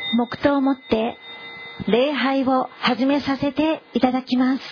黙祷をもって礼拝を始めさせていただきます。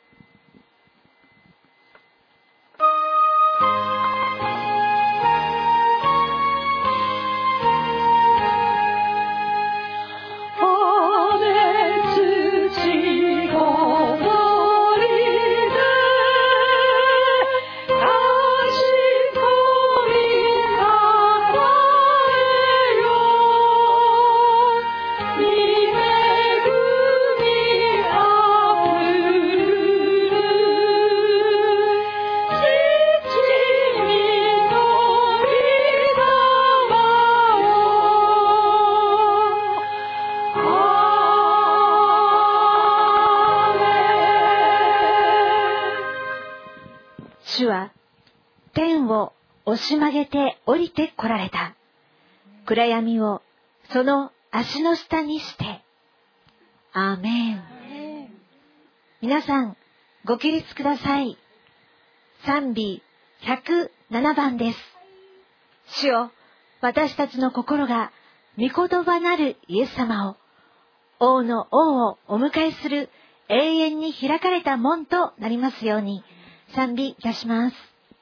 主は天を押し曲げて降りて来られた。暗闇をその足の下にして。アーメン。皆さんご起立ください。賛美107番です。主よ、私たちの心が御言葉なるイエス様を、王の王をお迎えする永遠に開かれた門となりますように。賛美いたします。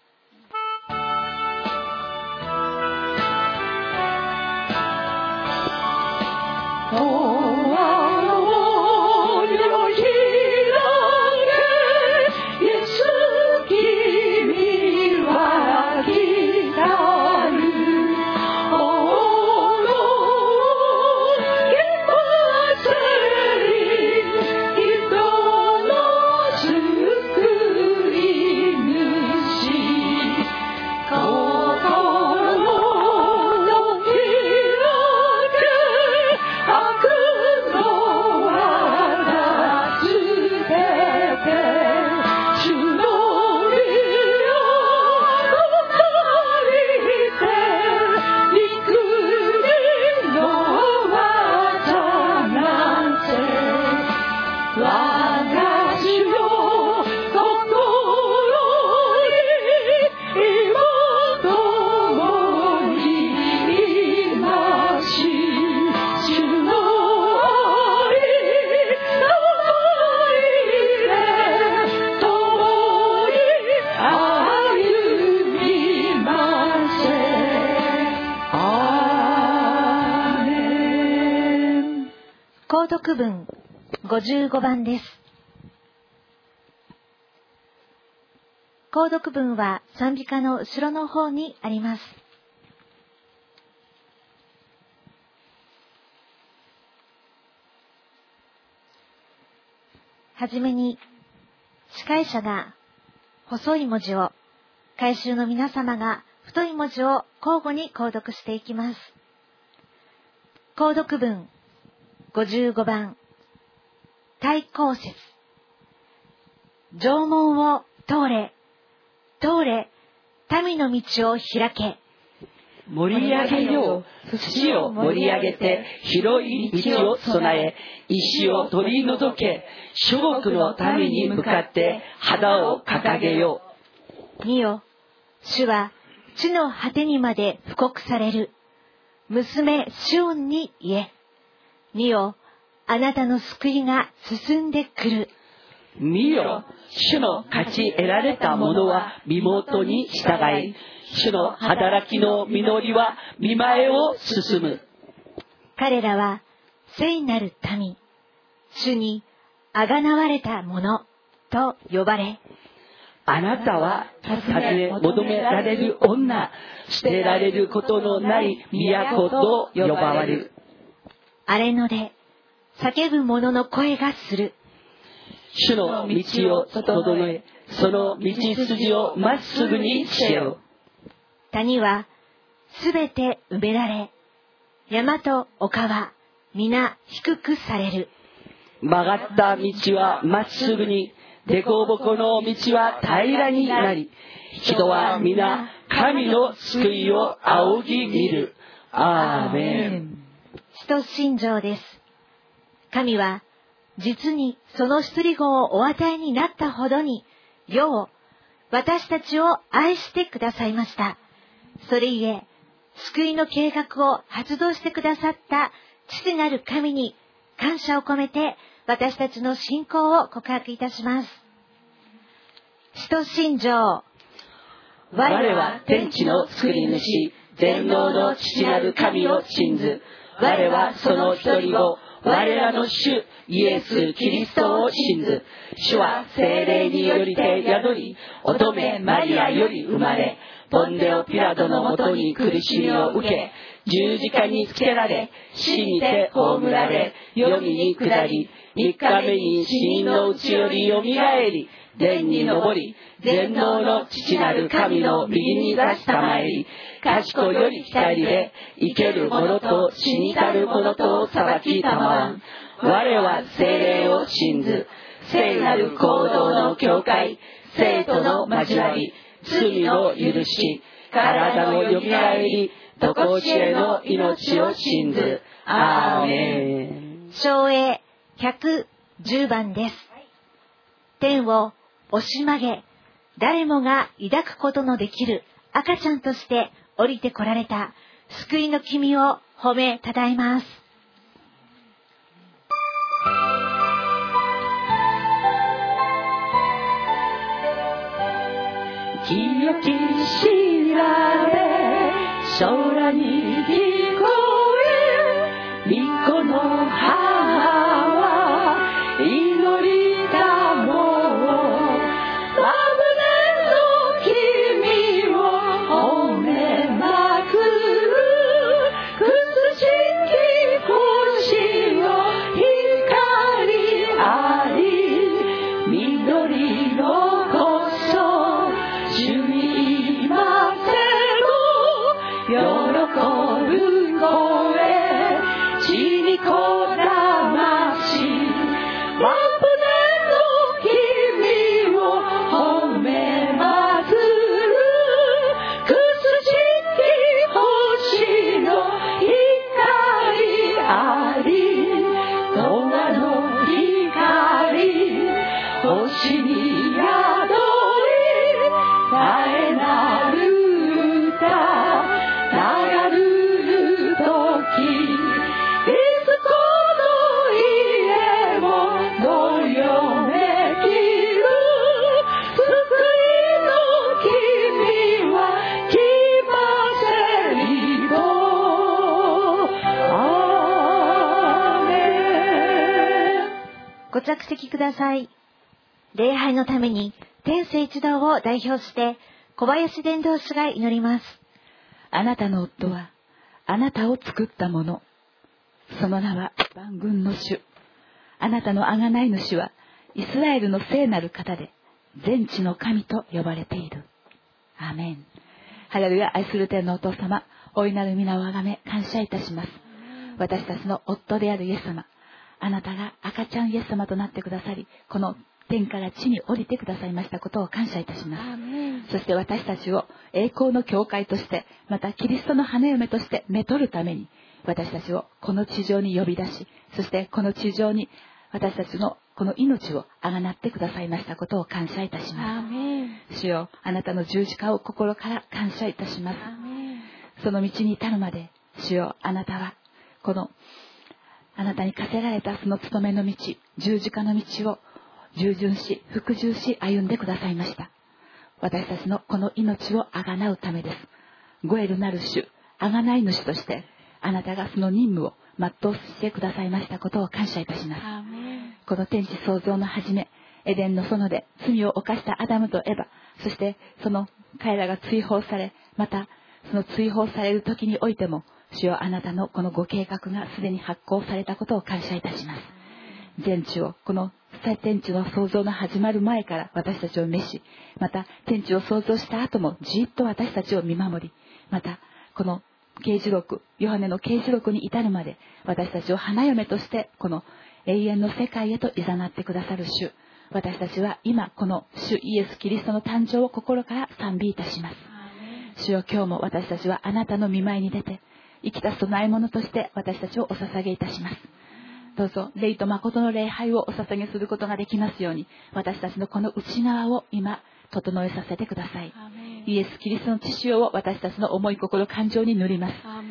購読文55番です。購読文は賛美歌の後ろの方にあります。はじめに司会者が細い文字を、改宗の皆様が太い文字を交互に購読していきます。購読文55番、対抗節。城門を通れ、通れ、民の道を開け。 盛り上げよう、土を盛り上げて、広い道を備え、石を取り除け、諸国の民に向かって旗を掲げよう。見よ、主は地の果てにまで布告される。娘シオンに言え。見よ、あなたの救いが進んでくる。 見よ、主の勝ち得られた者は身元に従い、主の働きの実りは見前を進む。 彼らは聖なる民、主にあがなわれた者と呼ばれ、 あなたは尋ね求められる女、捨てられることのない都と呼ばれる。 荒れ野で叫ぶ者の声がする。 主の道を整え、その道筋をまっすぐにせよ。 谷はすべて埋められ、山と丘は皆低くされる。 曲がった道はまっすぐに、凸凹の道は平らになり、人は皆神の救いを仰ぎ見る。アーメン。 使徒信条です。神は実にその一人子をお与えになったほどに、世を、私たちを愛してくださいました。それゆえ、救いの計画を発動してくださった父なる神に感謝を込めて私たちの信仰を告白いたします。使徒信条。 我は天地の作り主、全能の父なる神を信ず。我はその一人子、我らの主イエス・キリストを信ず。主は聖霊によりて宿り、乙女マリアより生まれ、ポンデオピラトのもとに苦しみを受け、十字架につけられ、死にて葬られ、黄泉に下り、3日目に死人のうちよりよみがえり、天に昇り、全能の父なる神の右に座したまえり、賢より光で、生ける者と死に至る者とを裁きたまわん。我は聖霊を信ず、聖なる行動の教会、聖徒の交わり、罪の許し、体のよみがえり、とこしえの命を信ず。アーメン。 唱詠110番です。天を押し曲げ、誰もが抱くことのできる赤ちゃんとして降りてこられた救いの君を褒めたたえます。 清き調べ、空に聞こえ、御子の母は祈りたもう、ラブネの君を褒めまくる、くすしき星の光あり、緑のこそ主に今せも喜ぶ声、血にこだまし、ラブネの君を褒めまつる、くすしき星の光あり、永遠の光、星に宿り、絶えなる歌、流る時、いつこの家をどよめきる、救いの君は来ませりと。アーメン。 ご着席ください。礼拝のために天聖一同を代表して小林伝道師が祈ります。 あなたの夫はあなたを作ったもの、その名は万軍の主。あなたの贖い主はイスラエルの聖なる方で、全地の神と呼ばれている。アーメン。ハレルヤ。愛する天のお父様、大いなる皆をあがめ感謝いたします。私たちの夫であるイエス様、あなたが赤ちゃんイエス様となってくださり、この天から地に降りてくださいましたことを感謝いたします。そして私たちを栄光の教会として、またキリストの花嫁としてめとるために、私たちをこの地上に呼び出し、そしてこの地上に私たちのこの命をあがなってくださいましたことを感謝いたします。主よ、あなたの十字架を心から感謝いたします。その道に至るまで、主よ、あなたはこのあなたに課せられたその務めの道、十字架の道を従順し服従し歩んでくださいました。私たちのこの命をあがなうためです。ゴエルなる主、あがない主としてあなたがその任務を全うしてくださいましたことを感謝いたします。この天地創造の始め、エデンの園で罪を犯したアダムとエバ、そしてその彼らが追放され、またその追放される時においても、主よ、あなたのこのご計画がすでに発行されたことを感謝いたします。全地を、この天地の創造の始まる前から私たちを召し、また天地を創造した後もじっと私たちを見守り、またこの啓示録、ヨハネの啓示録に至るまで私たちを花嫁としてこの永遠の世界へと誘ってくださる主、私たちは今この主イエス・キリストの誕生を心から賛美いたします。主よ、今日も私たちはあなたの御前に出て生きた供え物として私たちをお捧げいたします。どうぞ霊と誠の礼拝をお捧げすることができますように、私たちのこの内側を今整えさせてください。イエス・キリストの血潮を私たちの思い心感情に塗ります。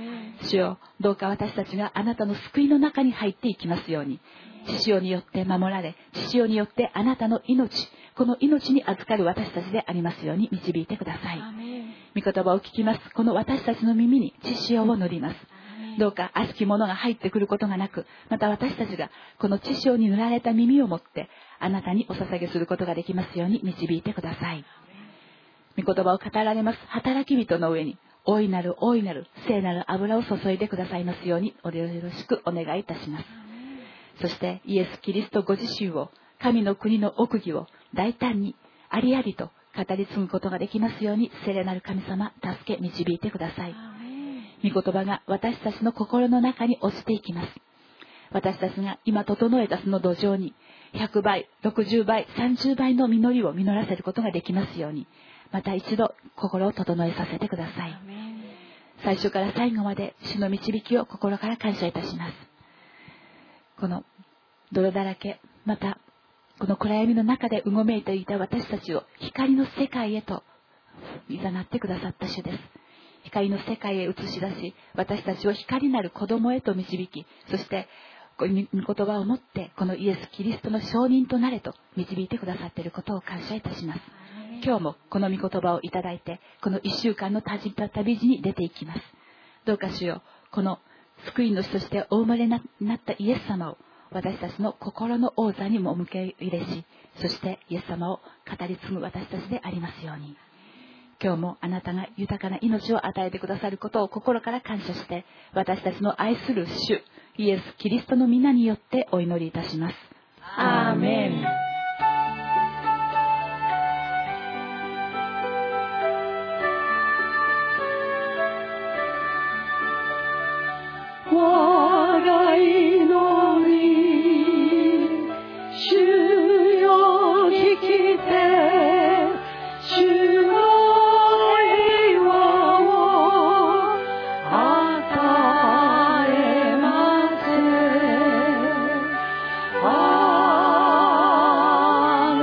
主よ、どうか私たちがあなたの救いの中に入っていきますように、血潮によって守られ、血潮によってあなたの命、この命に預かる私たちでありますように導いてください。御言葉を聞きますこの私たちの耳に血潮を塗ります。どうか悪しきものが入ってくることがなく、また私たちがこの血潮に塗られた耳を持ってあなたにお捧げすることができますように導いてください。御言葉を語られます働き人の上に大いなる聖なる油を注いでくださいますようにおよろしくお願いいたします。そしてイエス・キリストご自身を、神の国の奥義を大胆にありありと語り継ぐことができますように、聖霊なる神様、助け導いてください。御言葉が私たちの心の中に落ちていきます。私たちが今整えたその土壌に100倍、60倍、30倍の実りを実らせることができますように、また一度心を整えさせてください。最初から最後まで主の導きを心から感謝いたします。この泥だらけ、またこの暗闇の中でうごめいていた私たちを光の世界へと誘ってくださった主です。光の世界へ映し出し、私たちを光なる子供へと導き、そして御言葉を持ってこのイエス・キリストの証人となれと導いてくださっていることを感謝いたします。今日もこの御言葉をいただいて、この1週間の旅路に出ていきます。どうか主よ、この救い主としてお生まれになったイエス様を私たちの心の王座にも向け入れし、そしてイエス様を語り継ぐ私たちでありますように。今日もあなたが豊かな命を与えてくださることを心から感謝して、私たちの愛する主イエス・キリストの皆によってお祈りいたします。アーメン。 我が祈り、主よ聞きて、主の平和を与えませ。アー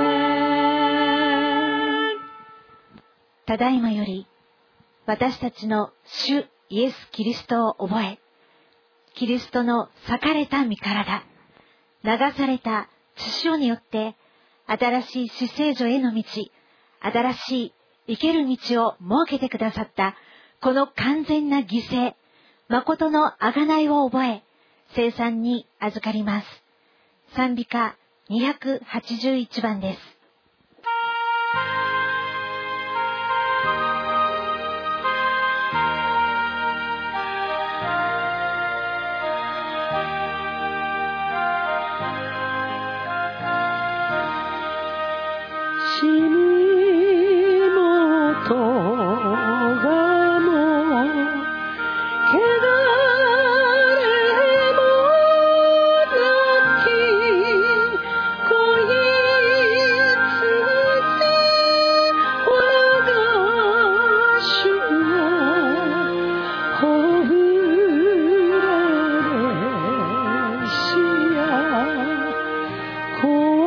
メン。 ただいまより私たちの主イエス・キリストを覚え、キリストの裂かれた身体、流された血潮によって新しい死聖所への道、新しい生ける道を設けてくださったこの完全な犠牲、誠の贖いを覚え、聖餐に預かります。賛美歌281番です。 死にもとがも汚れもなき子羊我が主がほふられしや子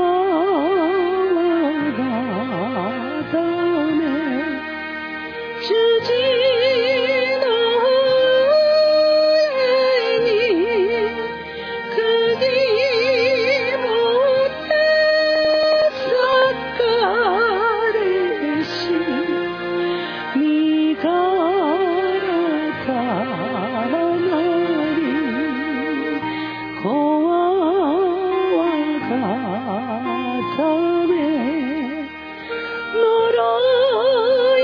主人の上に釘持って裂かれし身がれたなり子は我がため呪い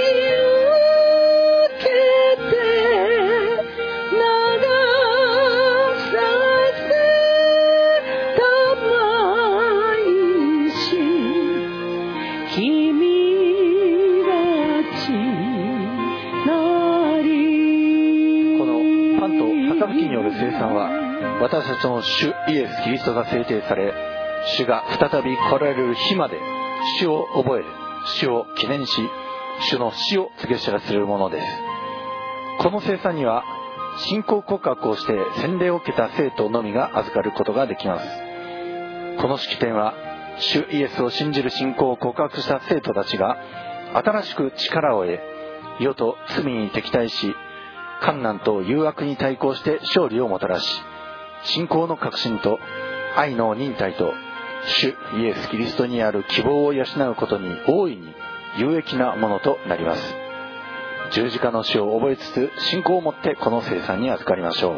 聖餐は私たちの主イエス・キリストが制定され、主が再び来られる日まで主を覚え、主を記念し、主の死を告げ知らせるものです。この聖餐には信仰告白をして洗礼を受けた生徒のみが預かることができます。この式典は主イエスを信じる信仰を告白した生徒たちが新しく力を得、世と罪に敵対し患難と誘惑に対抗して勝利をもたらし、信仰の確信と愛の忍耐と主イエス・キリストにある希望を養うことに大いに有益なものとなります。十字架の死を覚えつつ、信仰を持ってこの聖餐に預かりましょう。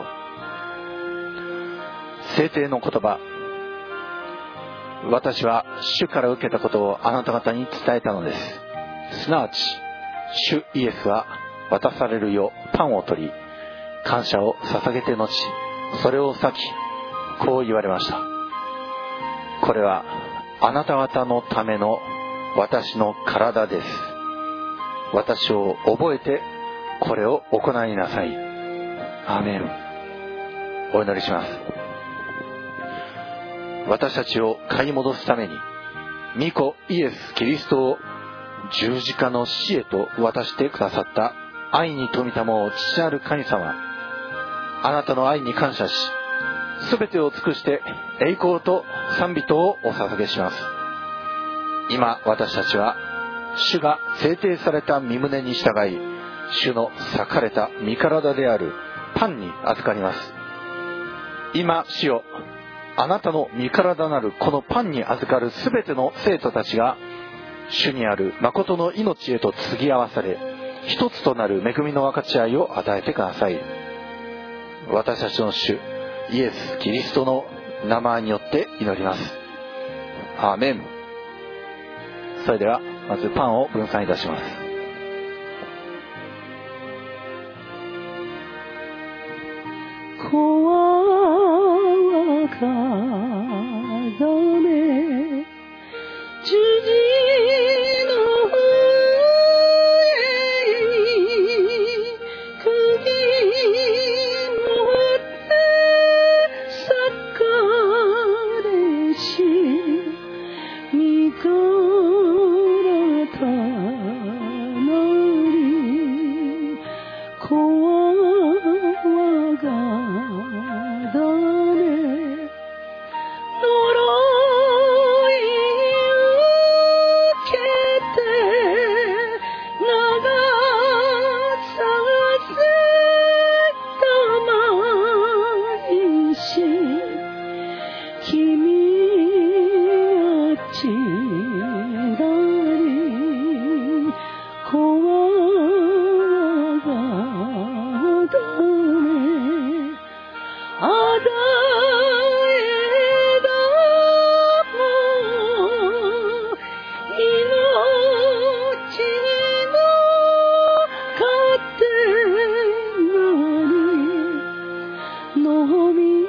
聖帝の言葉。私は主から受けたことをあなた方に伝えたのです。すなわち主イエスは渡されるよパンを取り、感謝を捧げて後、それを裂き、こう言われました。これはあなた方のための私の体です。私を覚えてこれを行いなさい。アーメン。お祈りします。私たちを買い戻すために御子イエス・キリストを十字架の死へと渡してくださった愛に富みたもう父なる神様、あなたの愛に感謝し、すべてを尽くして栄光と賛美とをお捧げします。今私たちは主が制定された御胸に従い、主の裂かれた身体であるパンに預かります。今主よ、あなたの身体なるこのパンに預かるすべての生徒たちが主にある誠の命へと継ぎ合わされ、一つとなる恵みの分かち合いを与えてください。私たちの主イエス・キリストの名前によって祈ります。アーメン。それではまずパンを分散いたします。 小赤染十字の上釘持って裂かれし身体なり小がだね呪い受けて流させたまいし、君あちらに小がだねあだえだも命の糧なり飲み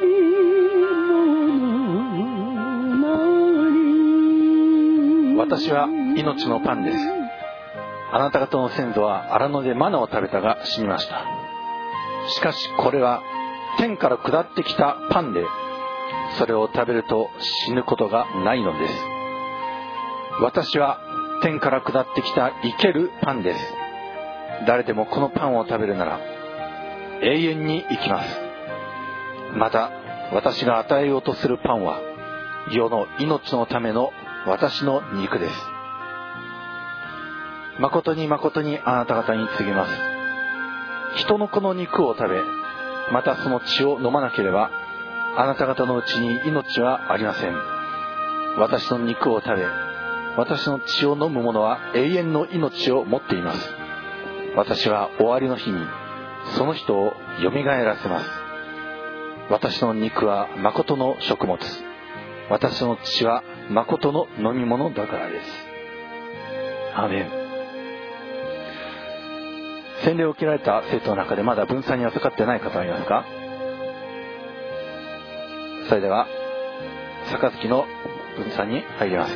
物なり。 私は命のパンです。あなた方の先祖は荒野でマナを食べたが死にました。しかしこれは天から下ってきたパンで、それを食べると死ぬことがないのです。私は天から下ってきた生けるパンです。誰でもこのパンを食べるなら永遠に生きます。また私が与えようとするパンは世の命のための私の肉です。誠に誠にあなた方に告げます。人の子の肉を食べ、またその血を飲まなければ、あなた方のうちに命はありません。私の肉を食べ、私の血を飲む者は永遠の命を持っています。私は終わりの日にその人をよみがえらせます。私の肉は誠の食物、私の血は誠の飲み物だからです。アーメン。洗礼を受けられた生徒の中でまだ分散に預かってない方はいますか？それでは杯の分散に入ります。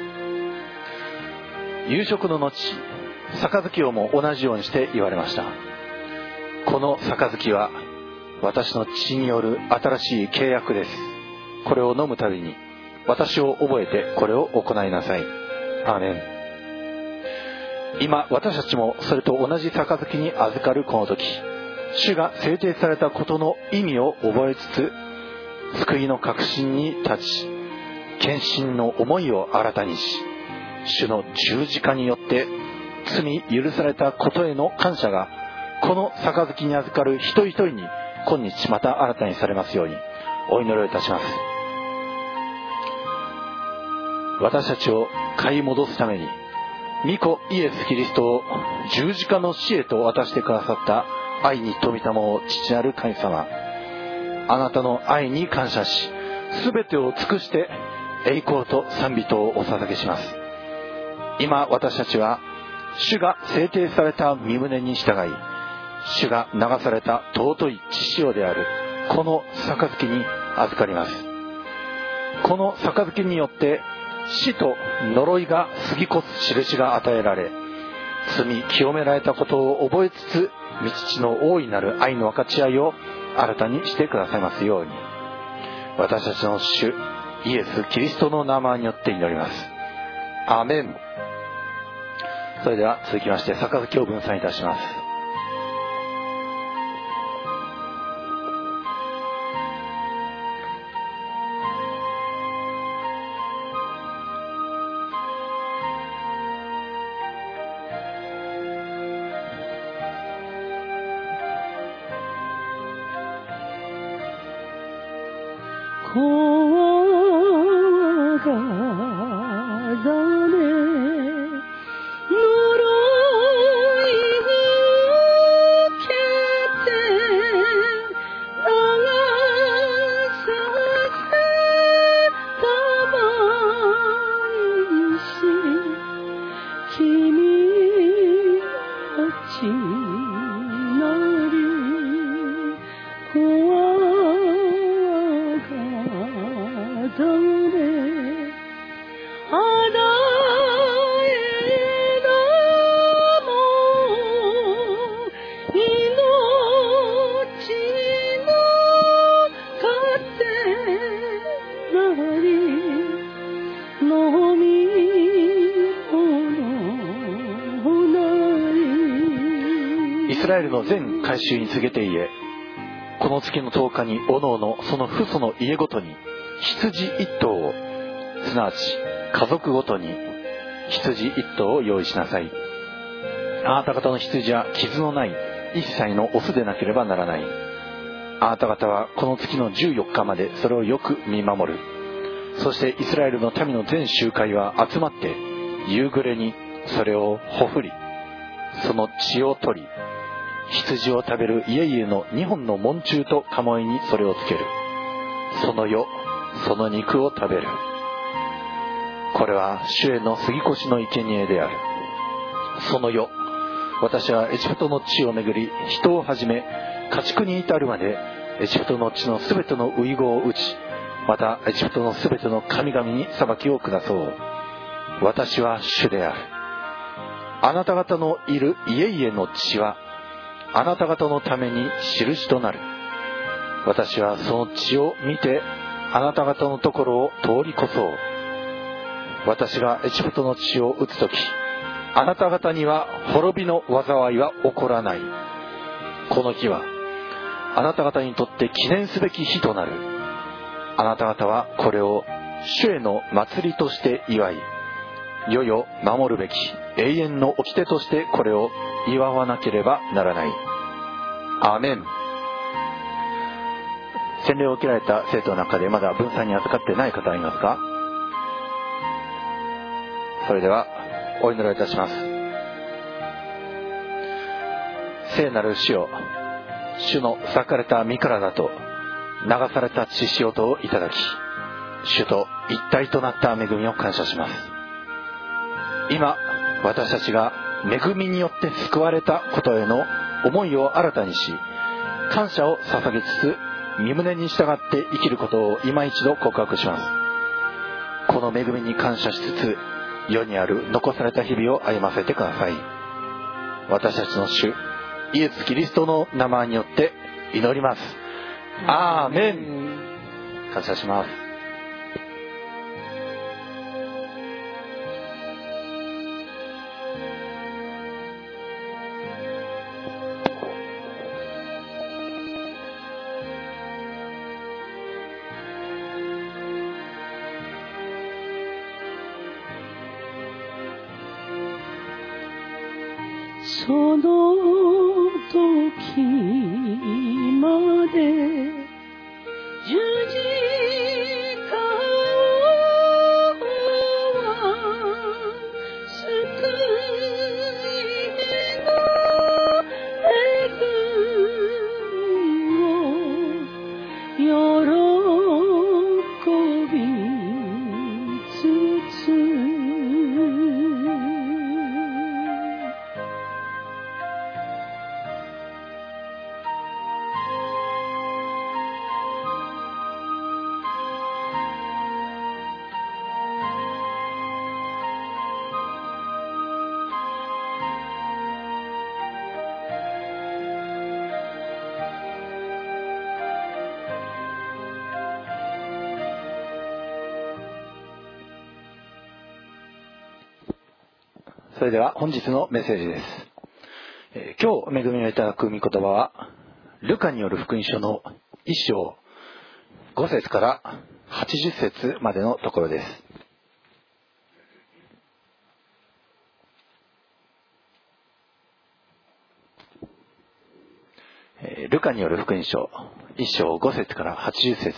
夕食の後、杯をも同じようにして言われました。この杯は私の血による新しい契約です。これを飲むたびに私を覚えてこれを行いなさい。アーメン。今私たちもそれと同じ杯に預かるこの時、主が制定されたことの意味を覚えつつ、救いの確信に立ち、献身の思いを新たにし、主の十字架によって罪許されたことへの感謝がこの杯に預かる一人一人に今日また新たにされますようにお祈りをいたします。私たちを買い戻すために御子イエス・キリストを十字架の死へと渡してくださった愛に富みたも父なる神様、あなたの愛に感謝し、すべてを尽くして栄光と賛美とをお捧げします。今私たちは主が制定された御胸に従い、主が流された尊い血潮であるこの杯に預かります。この杯によって死と呪いが過ぎ越す印が与えられ、罪清められたことを覚えつつ、御父の大いなる愛の分かち合いを新たにしてくださいますように、私たちの主イエス・キリストの名前によって祈ります。アーメン。それでは続きまして杯を分散いたします。全改宗に告げて言え、この月の10日におのおのその父祖の家ごとに羊1頭を、すなわち家族ごとに羊1頭を用意しなさい。あなた方の羊は傷のない一切のオスでなければならない。あなた方はこの月の14日までそれをよく見守る。そしてイスラエルの民の全集会は集まって夕暮れにそれをほふり、その血を取り、羊を食べる家々の2本の門柱と鴨居にそれをつける。その夜その肉を食べる。これは主への杉越の生贄である。その夜私はエジプトの地をめぐり、人をはじめ家畜に至るまでエジプトの地のすべての遺語を打ち、またエジプトのすべての神々に裁きを下そう。私は主である。あなた方のいる家々の血はあなた方のために印となる。私はその血を見てあなた方のところを通り越そう。私がエジプトの血を打つとき、あなた方には滅びの災いは起こらない。この日はあなた方にとって記念すべき日となる。あなた方はこれを主への祭りとして祝い、世々守るべき永遠の掟としてこれを祝わなければならない。アーメン。洗礼を受けられた生徒の中でまだ分散に預かってない方はいますか？それではお祈りをいたします。聖なる主よ、主の裂かれた身体と流された血潮とをいただき、主と一体となった恵みを感謝します。今私たちが恵みによって救われたことへの思いを新たにし、感謝を捧げつつ身旨に従って生きることを今一度告白します。この恵みに感謝しつつ、世にある残された日々を歩ませてください。私たちの主イエス・キリストの名前によって祈ります。アーメン。感謝します。 その時まで十字架は救いの恵みを喜びつつそれでは本日のメッセージです。今日恵みをいただく御言葉はルカによる福音書の1章5節から80節までのところです。ルカによる福音書1章5節から80節。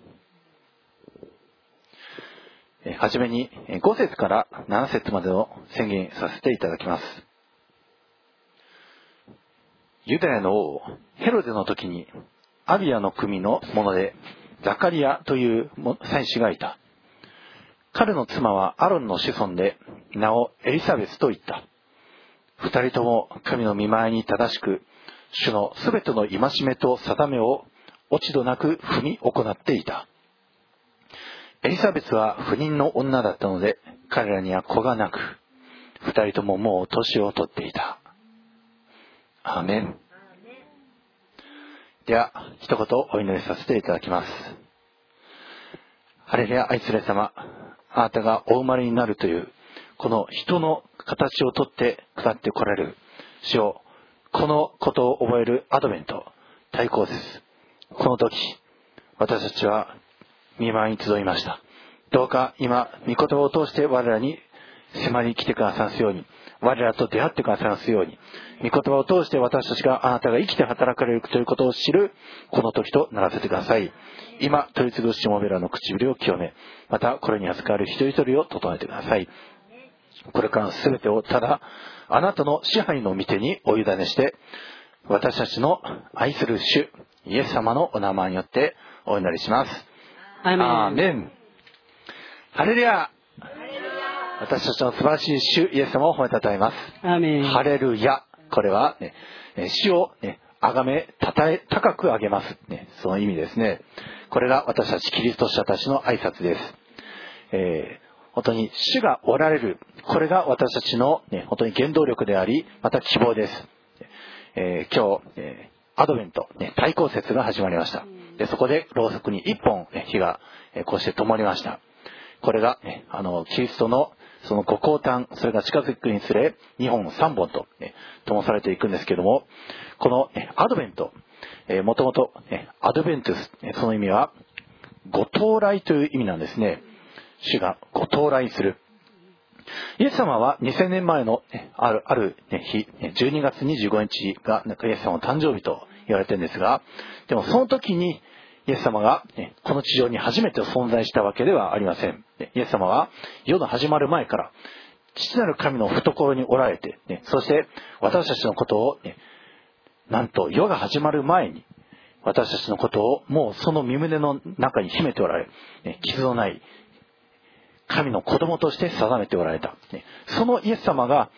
はじめに5節から7節までを宣言させていただきます。ユダヤの王ヘロデの時にアビアの組の者でザカリアという祭司がいた。彼の妻はアロンの子孫で名をエリサベスと言った。二人とも神の御前に正しく主のすべての戒めと定めを落ち度なく踏み行っていた。エリザベスは不妊の女だったので彼らには子がなく、二人とももう年を取っていた。アーメン。では一言お祈りさせていただきます。ハレルヤ、愛する様、あなたがお生まれになるというこの人の形をとって下ってこられる主よ、このことを覚えるアドベント大好です。この時私たちは御前に集いました。どうか今御言葉を通して我らに迫り来てくださいますように、我らと出会ってくださいますように、御言葉を通して私たちがあなたが生きて働かれるということを知るこの時とならせてください。今取り次ぐしもべらの唇を清め、またこれに預かる一人一人を整えてください。これからの全てをただあなたの支配の御手にお委ねして、私たちの愛する主イエス様のお名前によってお祈りします。アーメン。ハレルヤ。私たちの素晴らしい主イエス様を褒めたたえます。 アーメン。 ハレルヤ。これは、ね、主を、ね、崇め高く上げます、ね、その意味ですね。これが私たちキリスト者たちの挨拶です。本当に主がおられる、これが私たちの、ね、本当に原動力であり、また希望です。今日、アドベント、ね、大公節が始まりました。でそこでろうそくに1本、ね、火が、こうして灯りました。これが、ね、キリストのそのご降誕、それが近づくにつれ2本3本と、ね、灯されていくんですけども、この、アドベント、もともとアドベントゥス、その意味はご到来という意味なんですね。主がご到来する。イエス様は2000年前のある日、12月25日がイエス様の誕生日と言われてるんですが、でもその時にイエス様がこの地上に初めて存在したわけではありません。イエス様は世の始まる前から父なる神の懐におられて、そして私たちのことを、なんと世が始まる前に私たちのことをもうその身胸の中に秘めておられ、傷のない神の子供として定めておられた。そのイエス様が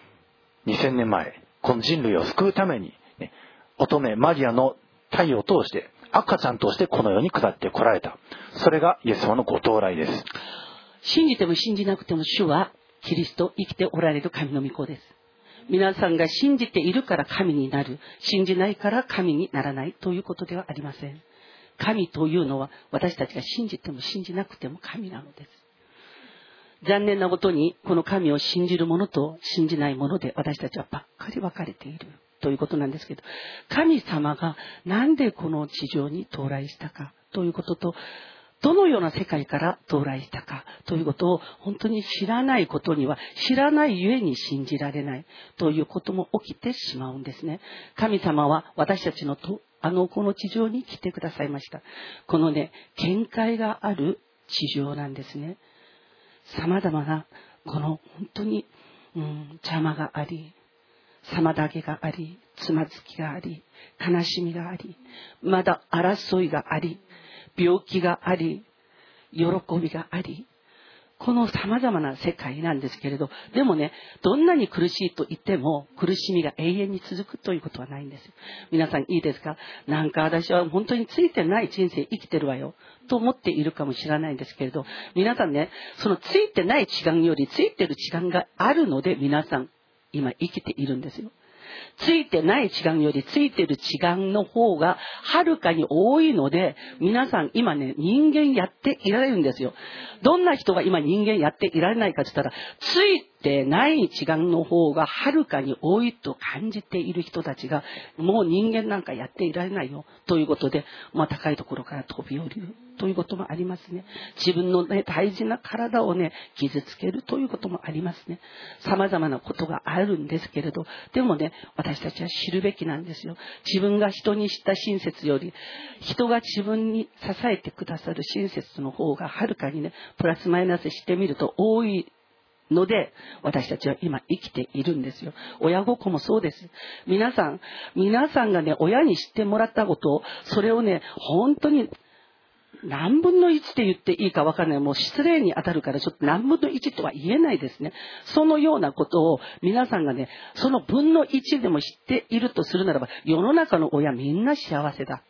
2000年前この人類を救うために、乙女マリアの体を通して赤ちゃんとしてこの世に下ってこられた。それがイエス様のご到来です。 信じても信じなくても主はキリスト、生きておられる神の御子です。皆さんが信じているから神になる、信じないから神にならないということではありません。神というのは私たちが信じても信じなくても神なのです。残念なことにこの神を信じる者と信じない者で私たちはばっかり分かれているということなんですけど、神様がなんでこの地上に到来したかということと、 どのような世界から到来したかということを本当に知らないことには、知らないゆえに信じられないということも起きてしまうんですね。神様は私たちのこの地上に来てくださいました。このね、見解がある地上なんですね。様々なこの本当に、邪魔があり、妨げがあり、つまずきがあり、悲しみがあり、まだ争いがあり、病気があり、喜びがあり、この様々な世界なんですけれど、でもね、どんなに苦しいと言っても苦しみが永遠に続くということはないんですよ。皆さんいいですか？なんか私は本当についてない人生生きてるわよと思っているかもしれないんですけれど、皆さんね、そのついてない時間よりついてる時間があるので、皆さん今生きているんですよ。ついてない時間よりついてる時間の方がはるかに多いので、皆さん今ね、人間やっていられるんですよ。どんな人が今人間やっていられないかって言ったら、ついてない時間の方がはるかに多いと感じている人たちが、もう人間なんかやっていられないよということで、高いところから飛び降りるということもありますね。自分のね、大事な体をね、傷つけるということもありますね。様々なことがあるんですけれど、でもね、私たちは知るべきなんですよ。自分が人にした親切より、人が自分に支えてくださる親切の方がはるかにね、プラスマイナスしてみると多いので、私たちは今生きているんですよ。親孝行もそうです。皆さんがね、親に知ってもらったことを、それをね、本当に何分の1って言っていいか分からない。もう失礼に当たるからちょっと何分の1とは言えないですね。そのようなことを皆さんがね、その分の1でも知っているとするならば、世の中の親みんな幸せだ。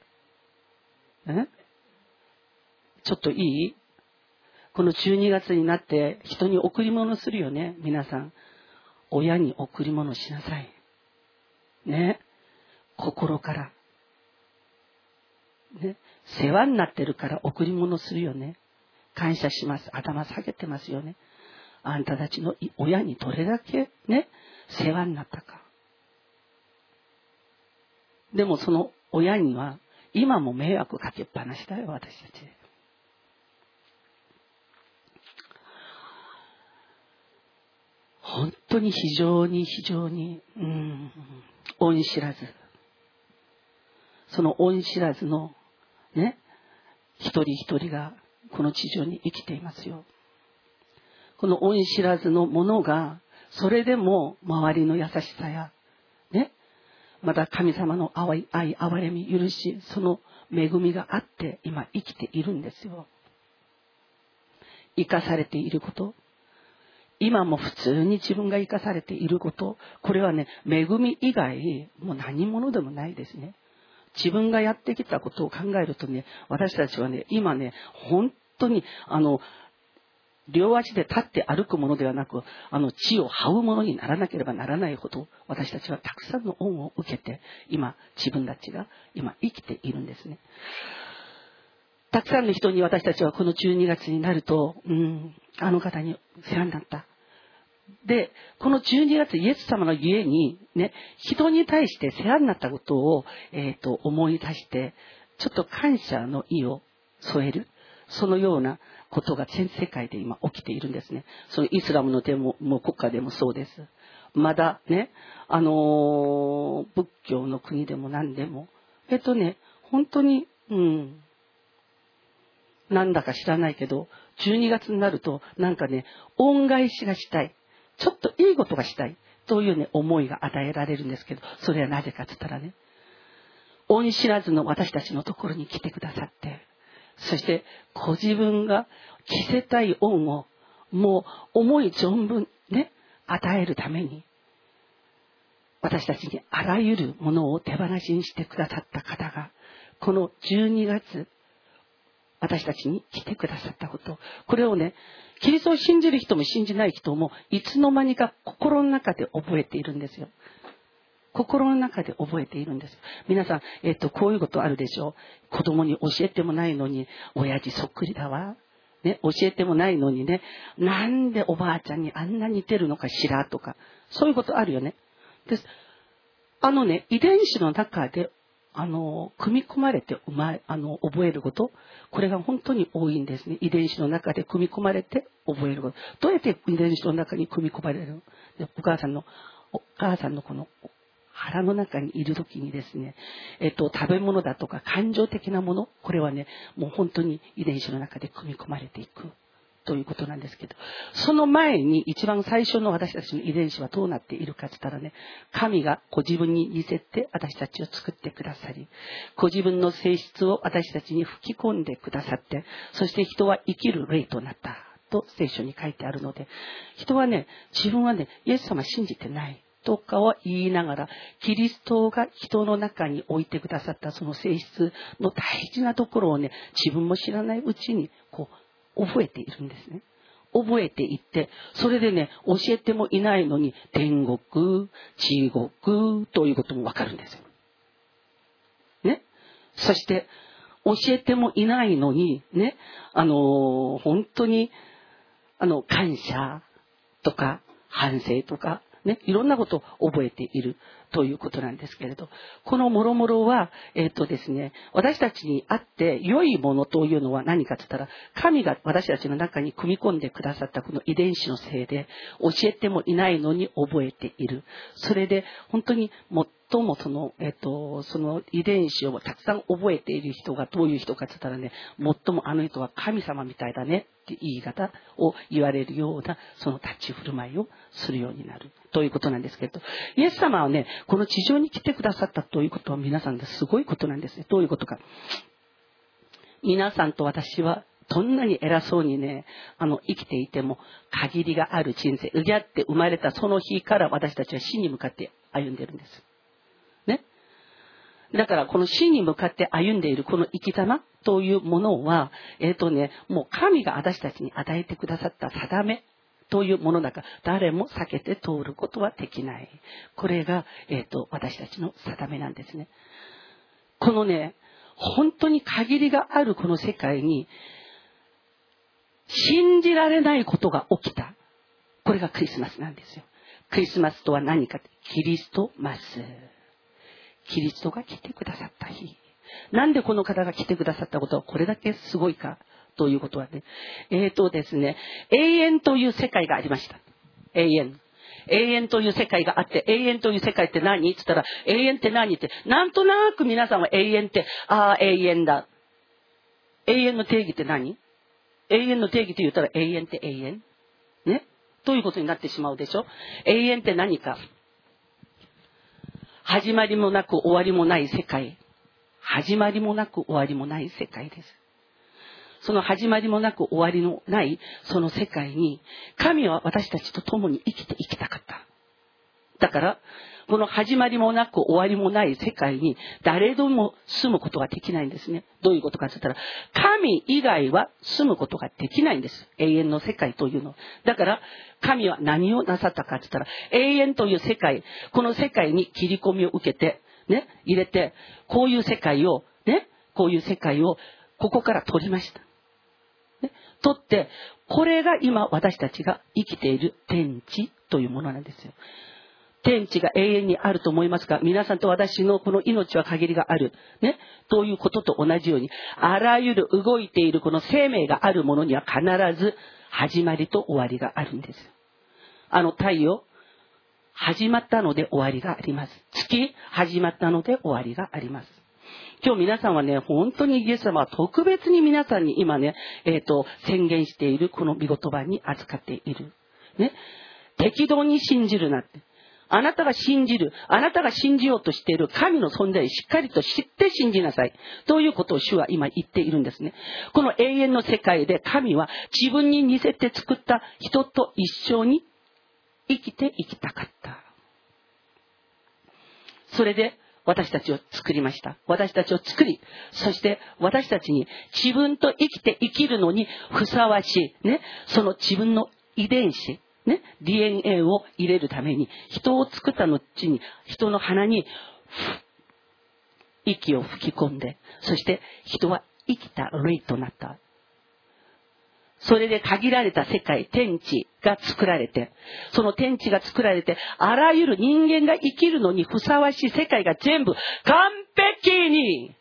ちょっといい？この12月になって人に贈り物するよね。皆さん。親に贈り物しなさい。ね。心から。ね、世話になってるから贈り物するよね。感謝します。頭下げてますよね。あんたたちの親にどれだけね、世話になったか。でもその親には今も迷惑かけっぱなしだよ、私たち。本当に非常に恩知らず。その恩知らずのね、一人一人がこの地上に生きていますよ。この恩知らずの者が、それでも周りの優しさや、ね、また神様の愛、憐れみ、許し、その恵みがあって今生きているんですよ。生かされていること。今も普通に自分が生かされていること。これはね、恵み以外、もう何者でもないですね。自分がやってきたことを考えるとね、私たちはね、今ね、本当に、両足で立って歩くものではなく、地を這うものにならなければならないほど、私たちはたくさんの恩を受けて、今、自分たちが今生きているんですね。たくさんの人に私たちはこの12月になると、あの方に世話になった。で、この12月、イエス様の家にね、人に対して世話になったことを、思い出して、ちょっと感謝の意を添える。そのようなことが全世界で今起きているんですね。そのイスラムの国家でもそうです。まだね、仏教の国でも何でも。本当に、なんだか知らないけど、12月になると、なんかね、恩返しがしたい。ちょっといいことがしたい。というね、思いが与えられるんですけど、それはなぜかって言ったらね、恩知らずの私たちのところに来てくださって、そしてご自分が着せたい恩をもう思い存分ね、与えるために、私たちにあらゆるものを手放しにしてくださった方が、この12月、私たちに来てくださったこと。これをね、キリストを信じる人も信じない人も、いつの間にか心の中で覚えているんですよ。心の中で覚えているんです。皆さん、こういうことあるでしょう。子供に教えてもないのに、親父そっくりだわ。ね、教えてもないのにね、なんでおばあちゃんにあんな似てるのかしらとか、そういうことあるよね。です。遺伝子の中で、 組み込まれて覚えること、これが本当に多いんですね。遺伝子の中で組み込まれて覚えること。どうやって遺伝子の中に組み込まれるの？お母さんのこの腹の中にいるときにですね、食べ物だとか感情的なもの、これはね、もう本当に遺伝子の中で組み込まれていくということなんですけど、その前に一番最初の私たちの遺伝子はどうなっているかって言ったらね、神がご自分に似せて私たちを作ってくださり、ご自分の性質を私たちに吹き込んでくださって、そして人は生きる霊となったと聖書に書いてあるので、人はね、自分はね、イエス様信じてないとかは言いながら、キリストが人の中に置いてくださったその性質の大事なところをね、自分も知らないうちに覚えているんですね。覚えていって、それでね、教えてもいないのに天国、地獄ということもわかるんですよ。ね。そして教えてもいないのにね、本当に感謝とか反省とかね、いろんなことを覚えているということなんですけれど、このもろもろは、ですね、私たちにあって良いものというのは何かと言ったら、神が私たちの中に組み込んでくださったこの遺伝子のせいで、教えてもいないのに覚えている。それで、本当に最もその遺伝子をたくさん覚えている人がどういう人かと言ったらね、最もあの人は神様みたいだねって言い方を言われるような、その立ち振る舞いをするようになるということなんですけど、イエス様はね、この地上に来てくださったということは皆さんですごいことなんですね。どういうことか。皆さんと私はどんなに偉そうにね、生きていても限りがある人生、うぎゃって生まれたその日から私たちは死に向かって歩んでるんです。ね。だからこの死に向かって歩んでいるこの生き様というものは、もう神が私たちに与えてくださった定めというものだから、誰も避けて通ることはできない。これが、私たちの定めなんですね。このね、本当に限りがあるこの世界に、信じられないことが起きた。これがクリスマスなんですよ。クリスマスとは何か、キリストマス。キリストが来てくださった日。なんでこの方が来てくださったことはこれだけすごいかということはね、ですね、永遠という世界がありました。永遠という世界があって、永遠という世界って何って言ったら、永遠って何って、なんとなく皆さんは永遠って、永遠だ。永遠の定義って何？永遠の定義って言ったら、永遠って永遠ね、ということになってしまうでしょ。永遠って何か。始まりもなく終わりもない世界。始まりもなく終わりもない世界です。その始まりもなく終わりのないその世界に、神は私たちと共に生きたかった。だから、この始まりもなく終わりもない世界に誰でも住むことができないんですね。どういうことかと言ったら、神以外は住むことができないんです。永遠の世界というの。だから、神は何をなさったかと言ったら、永遠という世界、この世界に切り込みを受けて、ね、入れて、こういう世界をここから取りました。ね、取って、これが今私たちが生きている天地というものなんですよ。天地が永遠にあると思いますが、皆さんと私のこの命は限りがある。ね。ということと同じように、あらゆる動いているこの生命があるものには必ず始まりと終わりがあるんです。太陽、始まったので終わりがあります。月、始まったので終わりがあります。今日皆さんはね、本当にイエス様は特別に皆さんに今ね、宣言しているこの御言葉に預かっている。ね。適当に信じるなって。あなたが信じようとしている神の存在をしっかりと知って信じなさい。ということを主は今言っているんですね。この永遠の世界で神は自分に似せて作った人と一緒に生きていきたかった。それで私たちを作りました。私たちを作り、そして私たちに自分と生きるのにふさわしい、ね、その自分の遺伝子、ね、DNA を入れるために人を作った後に人の鼻に息を吹き込んで、そして人は生きた霊となった。 それで限られた世界、天地が作られて、その天地が作られて、あらゆる人間が生きるのにふさわしい世界が全部完璧に、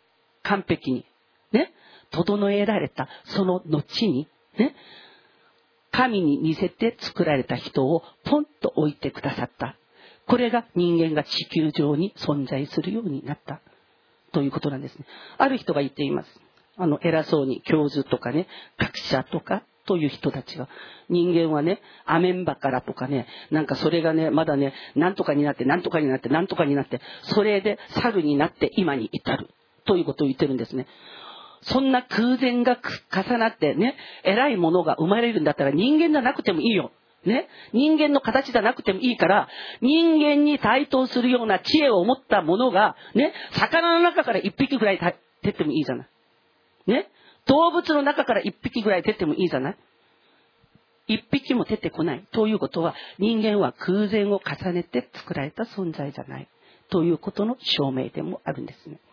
ね、整えられた、その後に、ね、神に似せて作られた人をポンと置いてくださった。これが人間が地球上に存在するようになった。ということなんですね。ある人が言っています。偉そうに教授とかね、学者とかという人たちが、人間はね、アメンバからとかね、なんかそれがね、まだね、なんとかになって、なんとかになって、なんとかになって、それで猿になって今に至る。ということを言ってるんですね。そんな空前が重なってね、偉いものが生まれるんだったら人間じゃなくてもいいよ。ね、人間の形じゃなくてもいいから、人間に対等するような知恵を持ったものが、ね、魚の中から一匹ぐらい出ってもいいじゃない。ね、動物の中から一匹ぐらい出てもいいじゃない。一匹も出てこない。ということは、人間は空前を重ねて作られた存在じゃない。ということの証明でもあるんですね。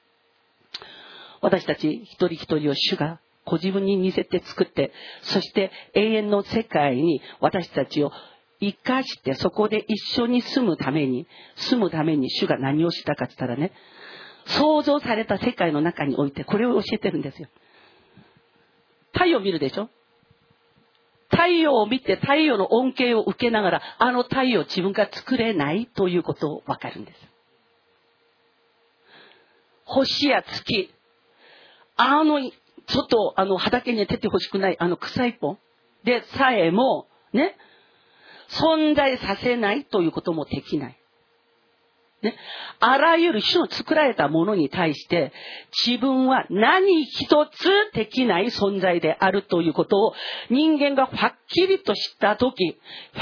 私たち一人一人を主がご自分に似せて作って、そして永遠の世界に私たちを生かして、そこで一緒に住むために主が何をしたかって言ったらね、創造された世界の中においてこれを教えてるんですよ。太陽を見るでしょ。太陽を見て太陽の恩恵を受けながら、太陽を自分が作れないということを分かるんです。星や月、ちょっと畑に出てほしくない草一本でさえもね、存在させないということもできない。ね、あらゆる主の作られたものに対して自分は何一つできない存在であるということを人間がはっきりとした時、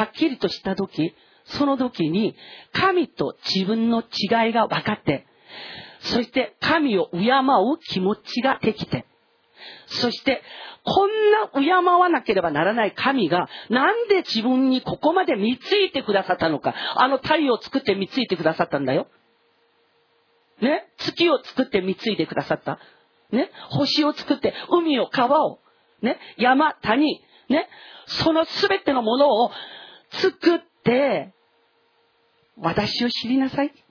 その時に神と自分の違いが分かって、そして神を敬う気持ちができて、そしてこんな敬わなければならない神がなんで自分にここまで貢いてくださったのか。太陽を作って貢いでくださったんだよ。ね、月を作って貢いでくださった。ね、星を作って海を川をね、山谷ね、そのすべてのものを作って私を知りなさい。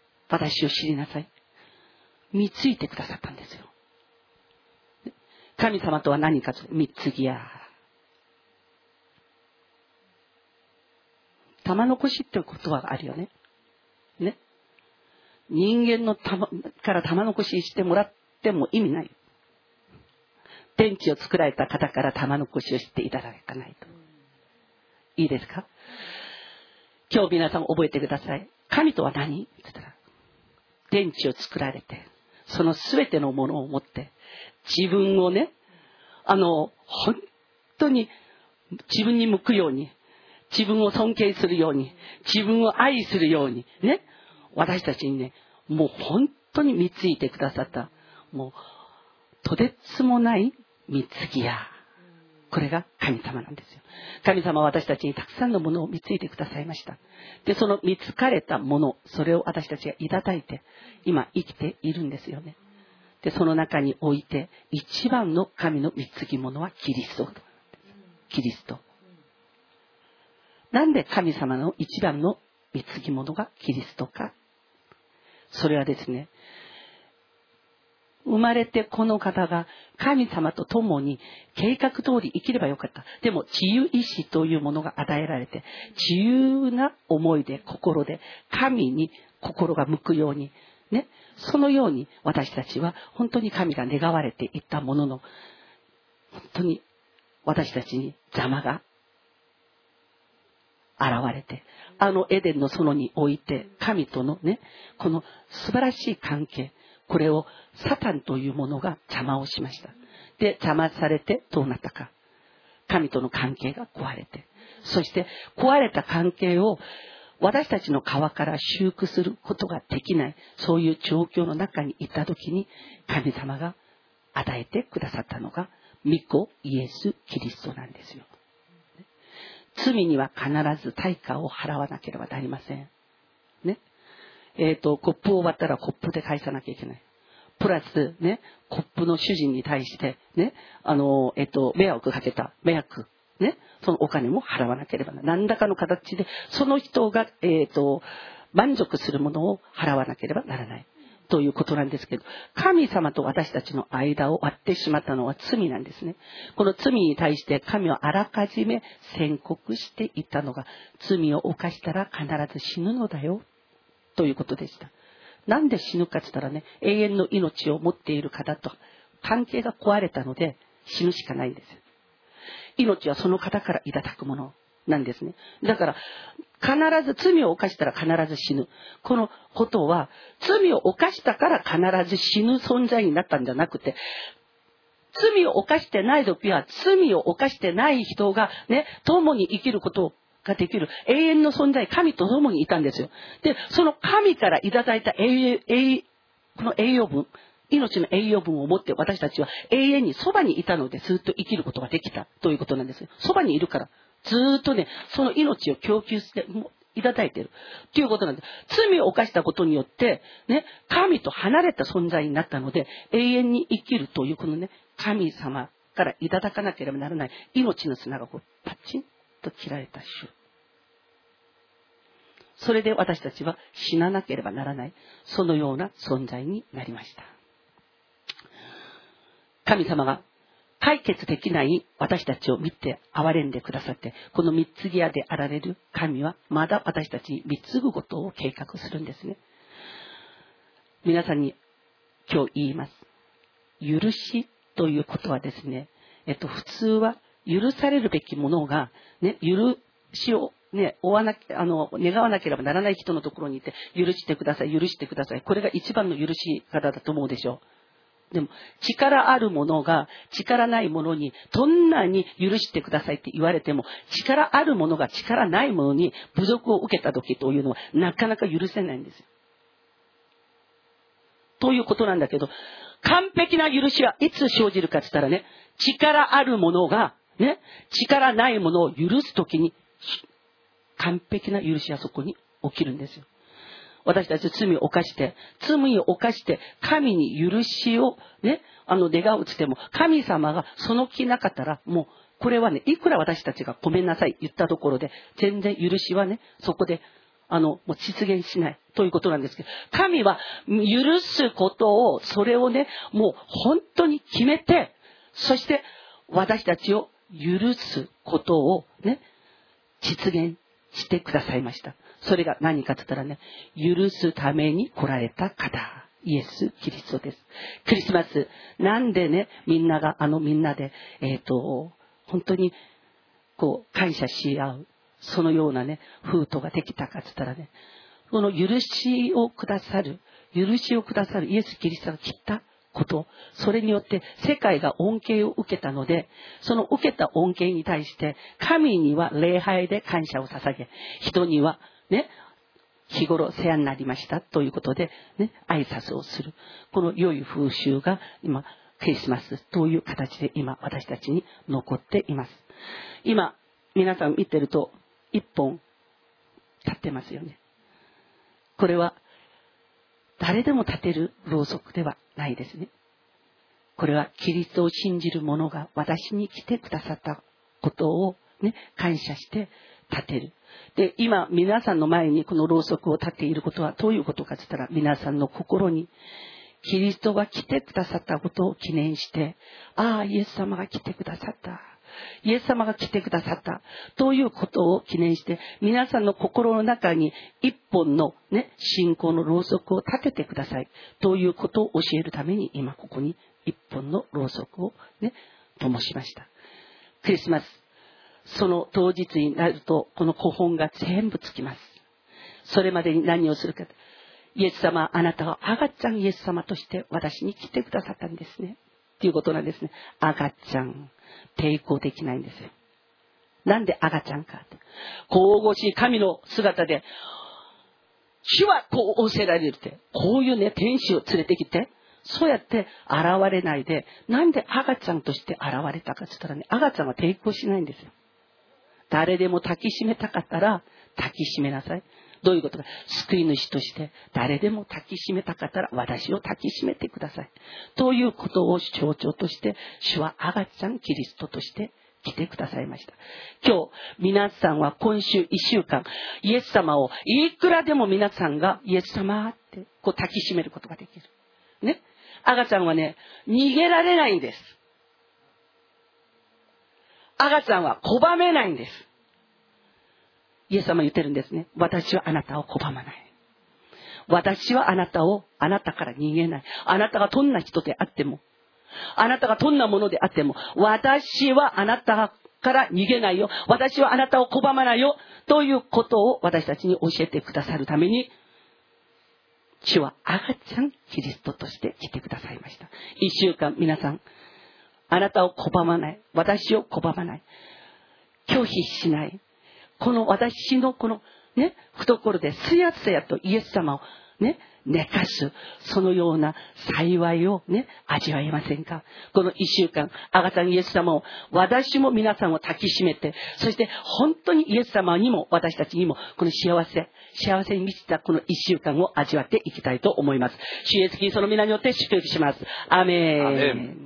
貢いでくださったんですよ。神様とは何かと貢ぎや玉残しっていうことはあるよね。ね、人間のから玉残ししてもらっても意味ない。天地を作られた方から玉残しをしていただかないと。いいですか？今日皆さん覚えてください。神とは何って言ったら、天地を作られてその全てのものを持って自分をね、本当に自分に向くように、自分を尊敬するように、自分を愛するようにね、私たちにね、もう本当に貢いでくださった、もうとてつもない貢ぎや、これが神様なんですよ。神様は私たちにたくさんのものを貢いでくださいました。で、その貢かれたもの、それを私たちがいただいて今生きているんですよね。で、その中において一番の神の貢ぎ物はキリスト。なんで神様の一番の貢ぎ物がキリストか。それはですね、生まれてこの方が神様と共に計画通り生きればよかった。でも自由意志というものが与えられて、自由な思いで心で神に心が向くようにね、そのように私たちは本当に神が願われていったものの、本当に私たちに邪魔が現れて、エデンの園において神とのね、この素晴らしい関係、これをサタンというものが邪魔をしました。で、邪魔されてどうなったか。神との関係が壊れて、そして壊れた関係を私たちの側から修復することができない、そういう状況の中にいたときに、神様が与えてくださったのが御子イエス・キリストなんですよ。罪には必ず対価を払わなければなりません。ね。コップを割ったらコップで返さなきゃいけない。 プラスね、コップの主人に対してね、迷惑かけた、迷惑、ね、そのお金も払わなければならない。何らかの形で、その人が、満足するものを払わなければならない。ということなんですけど、神様と私たちの間を割ってしまったのは罪なんですね。この罪に対して神はあらかじめ宣告していたのが、罪を犯したら必ず死ぬのだよということでした。なんで死ぬかって言ったらね、永遠の命を持っている方と関係が壊れたので死ぬしかないんですよ。命はその方からいただくものなんですね。だから必ず罪を犯したら必ず死ぬ。このことは罪を犯したから必ず死ぬ存在になったんじゃなくて、罪を犯してない時は罪を犯してない人がね、共に生きることができる永遠の存在、神と共にいたんですよ。で、その神からいただいたこの栄養分、命の栄養分を持って私たちは永遠にそばにいたのでずっと生きることができたということなんですよ。そばにいるからずっとね、その命を供給していただいているということなんです。罪を犯したことによってね、神と離れた存在になったので永遠に生きるというこのね、神様からいただかなければならない命の砂がこうパチンと切られた種。それで私たちは死ななければならない、そのような存在になりました。神様が解決できない私たちを見て憐れんでくださって、この三つ際であられる神はまだ私たちに貢ぐことを計画するんですね。皆さんに今日言います。許しということはですね、普通は許されるべきものがね、許しをね、願わなければならない人のところにいて、許してください、許してください。これが一番の許し方だと思うでしょう。でも力あるものが力ないものにどんなに許してくださいって言われても、力あるものが力ないものに侮辱を受けた時というのはなかなか許せないんですよ。ということなんだけど、完璧な許しはいつ生じるかって言ったらね、力あるものがね、力ないものを許す時に完璧な許しはそこに起きるんですよ。私たち罪を犯して神に許しをね、願うつっても、神様がその気なかったら、もうこれはね、いくら私たちがごめんなさい言ったところで全然許しはね、そこでもう実現しないということなんですけど、神は許すことを、それをね、もう本当に決めて、そして私たちを許すことをね、実現してくださいました。それが何かと言ったらね、許すために来られた方、イエス・キリストです。クリスマス、なんでね、みんながみんなで本当にこう感謝し合う、そのようなね、風土ができたかと言ったらね、この許しをくださるイエス・キリストが来たこと、それによって世界が恩恵を受けたので、その受けた恩恵に対して神には礼拝で感謝を捧げ、人にはね、日頃世話になりましたということで、ね、挨拶をする、この良い風習が今クリスマスという形で今私たちに残っています。今皆さん見てると一本立ってますよね。これは誰でも立てるろうそくではないですね。これはキリストを信じる者が私に来てくださったことをね、感謝して立てる。で、今皆さんの前にこのろうそくを立っていることはどういうことかと言ったら、皆さんの心にキリストが来てくださったことを記念して、ああ、イエス様が来てくださった、イエス様が来てくださったということを記念して、皆さんの心の中に一本のね、信仰のろうそくを立ててくださいということを教えるために、今ここに一本のろうそくをね、灯しました。クリスマス、その当日になるとこの古本が全部つきます。それまでに何をするか、イエス様、あなたは赤ちゃんイエス様として私に来てくださったんですねということなんですね。赤ちゃん、抵抗できないんですよ。なんで赤ちゃんかって、神々しい神の姿で主はこう仰せられるって、こういうね、天使を連れてきて、そうやって現れないで、なんで赤ちゃんとして現れたかって言ったらね、赤ちゃんは抵抗しないんですよ。誰でも抱きしめたかったら抱きしめなさい。 どういうことか。救い主として誰でも抱きしめたかったら私を抱きしめてください。ということを象徴として、主は赤ちゃんキリストとして来てくださいました。今日、皆さんは今週1週間、イエス様をいくらでも皆さんがイエス様ってこう抱きしめることができる。ね。赤ちゃんはね、逃げられないんです。赤ちゃんは拒めないんです。イエス様言ってるんですね。私はあなたを拒まない。私はあなたから逃げない。あなたがどんな人であっても、あなたがどんなものであっても、私はあなたから逃げないよ。私はあなたを拒まないよ。ということを私たちに教えてくださるために、主は赤ちゃんキリストとして来てくださいました。一週間皆さん、あなたを拒まない。私を拒まない。拒否しない。この私のこのね、懐ですやすやとイエス様をね、寝かす、そのような幸いをね、味わいませんか。この一週間、赤ちゃんイエス様を、私も皆さんを抱きしめて、そして本当にイエス様にも私たちにも、この幸せに満ちたこの一週間を味わっていきたいと思います。主イエスキリストの皆によって祝福します。アメン。 アメン。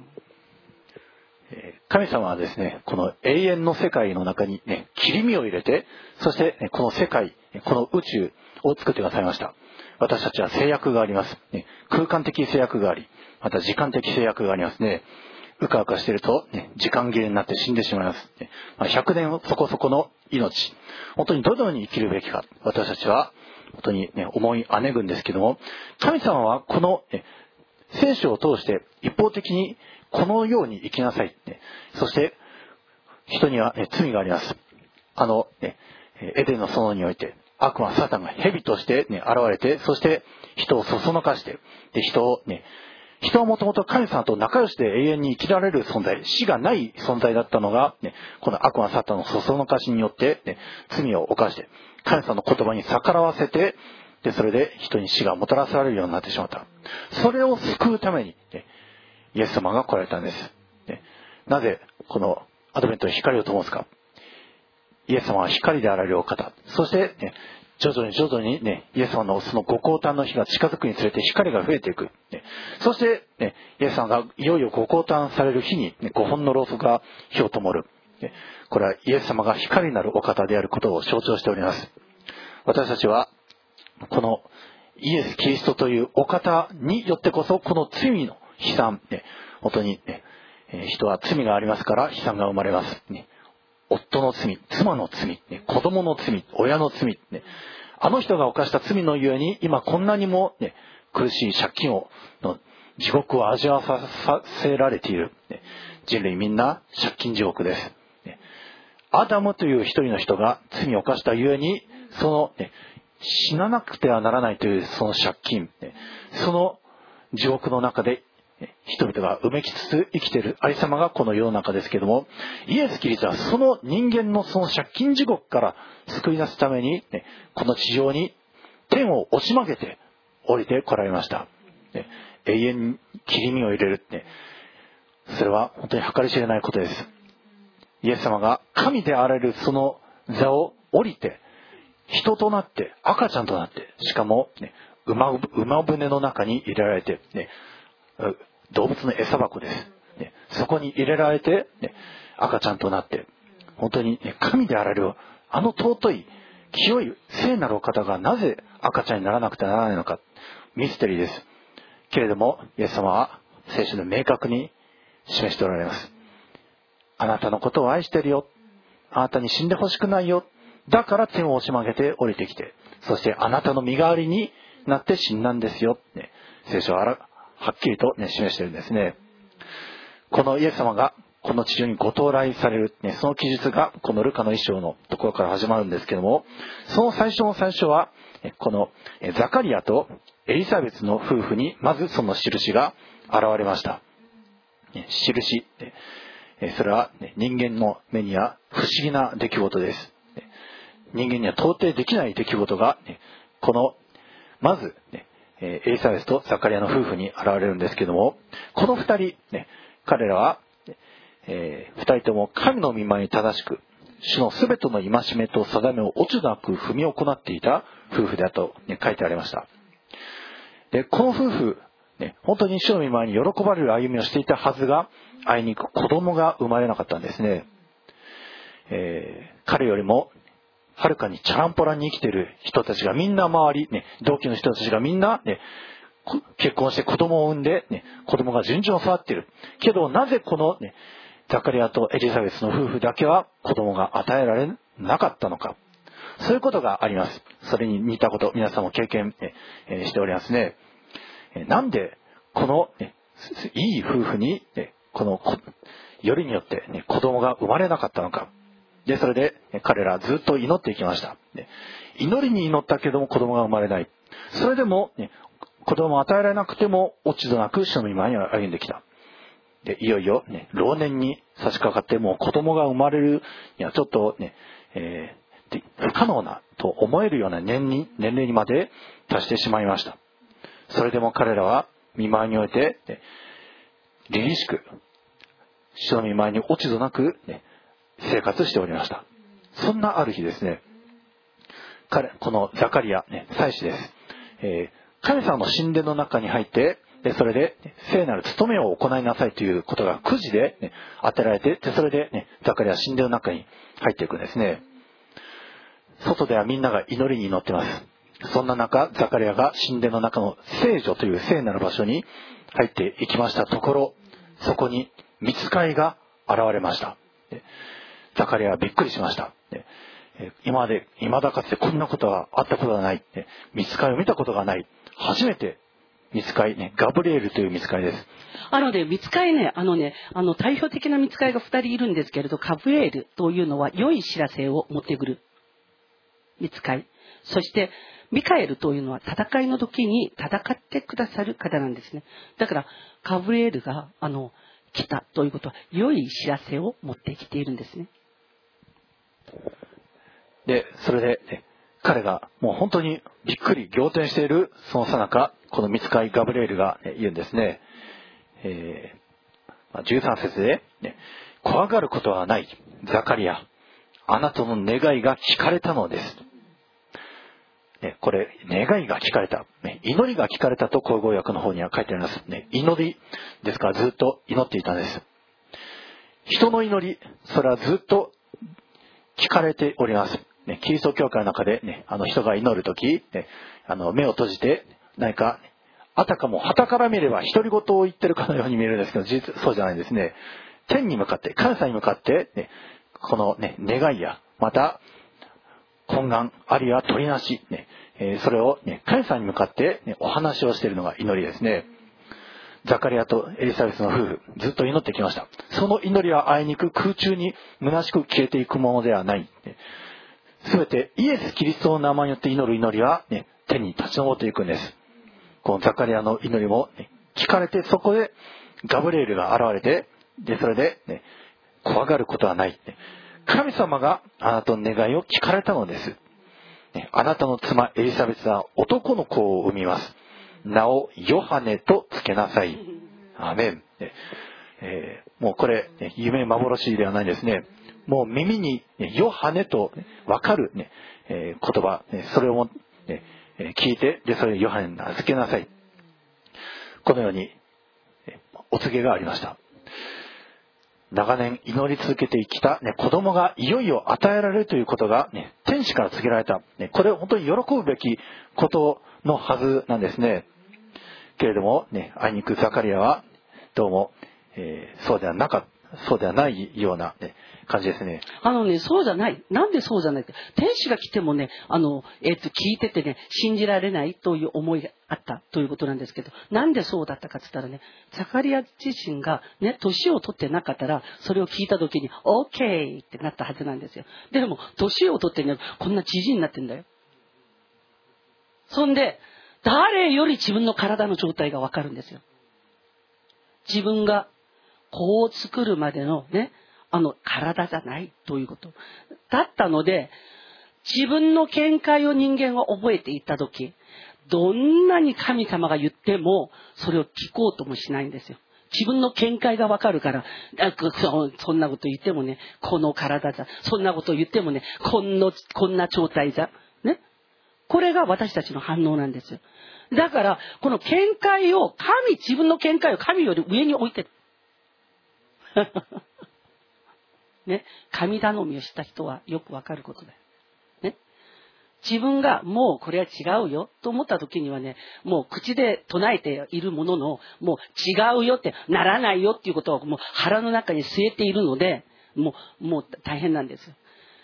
神様はですね、この永遠の世界の中にね、切り身を入れて、そして、この世界、この宇宙を作ってくださいました。私たちは制約があります。空間的制約があり、また時間的制約がありますね。うかうかしていると、時間切れになって死んでしまいます。100年そこそこの命、本当にどのように生きるべきか、私たちは本当に、思いあねぐんですけども、神様はこの、聖書を通して一方的にこのように生きなさい。そして人には、罪があります。エデンの園において悪魔サタンが蛇として、現れて、そして人をそそのかして、で人はもともと神様と仲良しで永遠に生きられる存在、死がない存在だったのが、この悪魔サタンのそそのかしによって、罪を犯して神様の言葉に逆らわせて、でそれで人に死がもたらされるようになってしまった。それを救うために、イエス様が来られたんです。なぜこのアドベントに光を灯すか。イエス様は光であられるお方。そして、徐々にイエス様のそのご降誕の日が近づくにつれて光が増えていく。そして、イエス様がいよいよご降誕される日に、5本のろうそくが火を灯る。これはイエス様が光なるお方であることを象徴しております。私たちはこのイエス・キリストというお方によってこそ、この罪の悲惨、本当に、人は罪がありますから悲惨が生まれます。夫の罪、妻の罪、子供の罪、親の罪、あの人が犯した罪のゆえに今こんなにも、苦しい借金の地獄を味わわさせられている。人類みんな借金地獄です。アダムという一人の人が罪を犯したゆえに、その、死ななくてはならないというその借金、その地獄の中で人々がうめきつつ生きているありさまがこの世の中ですけども、イエス・キリストはその人間のその借金地獄から救い出すために、この地上に天を押し曲げて降りて来られました。永遠に切り身を入れるって、それは本当に計り知れないことです。イエス様が神であられるその座を降りて人となって赤ちゃんとなって、しかも、馬舟の中に入れられて、動物の餌箱です。そこに入れられて、赤ちゃんとなって、本当に、神であられるあの尊い清い聖なるお方がなぜ赤ちゃんにならなくてはならないのか、ミステリーです。けれどもイエス様は聖書で明確に示しておられます。あなたのことを愛しているよ、あなたに死んでほしくないよ、だから天を押し曲げて降りてきて、そしてあなたの身代わりになって死んだんですよ、聖書ははっきりと、示しているんですね。このイエス様がこの地上にご到来される、その記述がこのルカの一章のところから始まるんですけども、その最初の最初はこのザカリアとエリザベスの夫婦にまずその印が現れました。印、それは人間の目には不思議な出来事です。人間には到底できない出来事がこのまずエリザベスとザカリアの夫婦に現れるんですけども、この二人、彼らは、二人とも神の御前に正しく主のすべての戒めと定めを落ちなく踏み行っていた夫婦だと、書いてありました。で、この夫婦、本当に主の御前に喜ばれる歩みをしていたはずが、あいにく子供が生まれなかったんですね。彼よりもはるかにチャランポランに生きている人たちがみんな周り、同期の人たちがみんな、結婚して子供を産んで、子供が順々育っている。けどなぜこの、ザカリアとエリザベスの夫婦だけは子供が与えられなかったのか。そういうことがあります。それに似たこと皆さんも経験、しておりますね。なんでこの、いい夫婦に、このよりによって、子供が生まれなかったのか。でそれで彼らずっと祈っていきました。祈りに祈ったけども子供が生まれない。それでも、子供を与えられなくても落ち度なく主の御前に歩んできた。でいよいよ、老年に差し掛かってもう子供が生まれるにはちょっと不可能なと思えるような年齢にまで達してしまいました。それでも彼らは御前において、凛々しく主の御前に落ち度なく、生活しておりました。そんなある日ですね、このザカリア、祭司です。神様の神殿の中に入って、でそれで聖なる務めを行いなさいということがくじで、当てられて、でそれで、ザカリアは神殿の中に入っていくんですね。外ではみんなが祈りに祈っています。そんな中、ザカリアが神殿の中の聖所という聖なる場所に入っていきましたところ、そこに御使いが現れました。ザカリアはびっくりしました。未だかつてこんなことはあったことがない。御使いを見たことがない。初めて御使い、ガブリエルという御使いです。 御使い代表的な御使いが2人いるんですけれど、ガブリエルというのは良い知らせを持ってくる御使い。そしてミカエルというのは戦いの時に戦ってくださる方なんですね。だからガブリエルが来たということは良い知らせを持ってきているんですね。 でそれで、彼がもう本当にびっくり仰天しているその最中、この御使いガブリエルが言うんですね。13節で、怖がることはないザカリア、あなたの願いが聞かれたのです。これ願いが聞かれた、祈りが聞かれたと口語訳の方には書いてあります。祈りですからずっと祈っていたんです。人の祈り、それはずっと聞かれております。キリスト教会の中で、人が祈るとき、目を閉じて何かあたかも傍から見れば独り言を言ってるかのように見えるんですけど、実はそうじゃないんですね。天に向かって、神様に向かって、この、願いやまた懇願あるいは取りなし、それを、神様に向かって、お話をしているのが祈りですね。ザカリアとエリザベスの夫婦ずっと祈ってきました。その祈りはあいにく空中に虚しく消えていくものではない。すべてイエス・キリストの名前によって祈る祈りは、天に立ち上っていくんです。このザカリアの祈りも、聞かれて、そこでガブリエルが現れて、でそれで、怖がることはない。神様があなたの願いを聞かれたのです。あなたの妻エリザベスは男の子を産みます。名をヨハネとつけなさい。アーメン。もうこれ夢幻ではないですね。もう耳にヨハネと分かる、言葉、それを、聞いて、でそれをヨハネに名付けなさい。このようにお告げがありました。長年祈り続けてきた、子供がいよいよ与えられるということが、天使から告げられた、これは本当に喜ぶべきことのはずなんですね。けれども、あいにくザカリアはどうも、そうではないような、感じですね。 そうじゃない。なんでそうじゃないって。天使が来てもね、聞いててね、信じられないという思いがあったということなんですけど、なんでそうだったかって言ったらね、ザカリア自身がね、年を取ってなかったら、それを聞いた時に、OK ってなったはずなんですよ。でも、年を取ってね、こんな知事になってんだよ。そんで、誰より自分の体の状態がわかるんですよ。自分が子を作るまでのね、体じゃないということだったので、自分の見解を人間は覚えていったとき、どんなに神様が言ってもそれを聞こうともしないんですよ。自分の見解がわかるから、そんなこと言ってもね、この体じゃ、そんなこと言ってもね、こんな状態じゃね、 これが私たちの反応なんですよ。だからこの見解を自分の見解を神より上に置いてるね、神頼みをした人はよくわかることだよ、ね、自分がもうこれは違うよと思った時にはね、もう口で唱えているものの、もう違うよってならないよっていうことをもう腹の中に据えているので、もう大変なんですよ。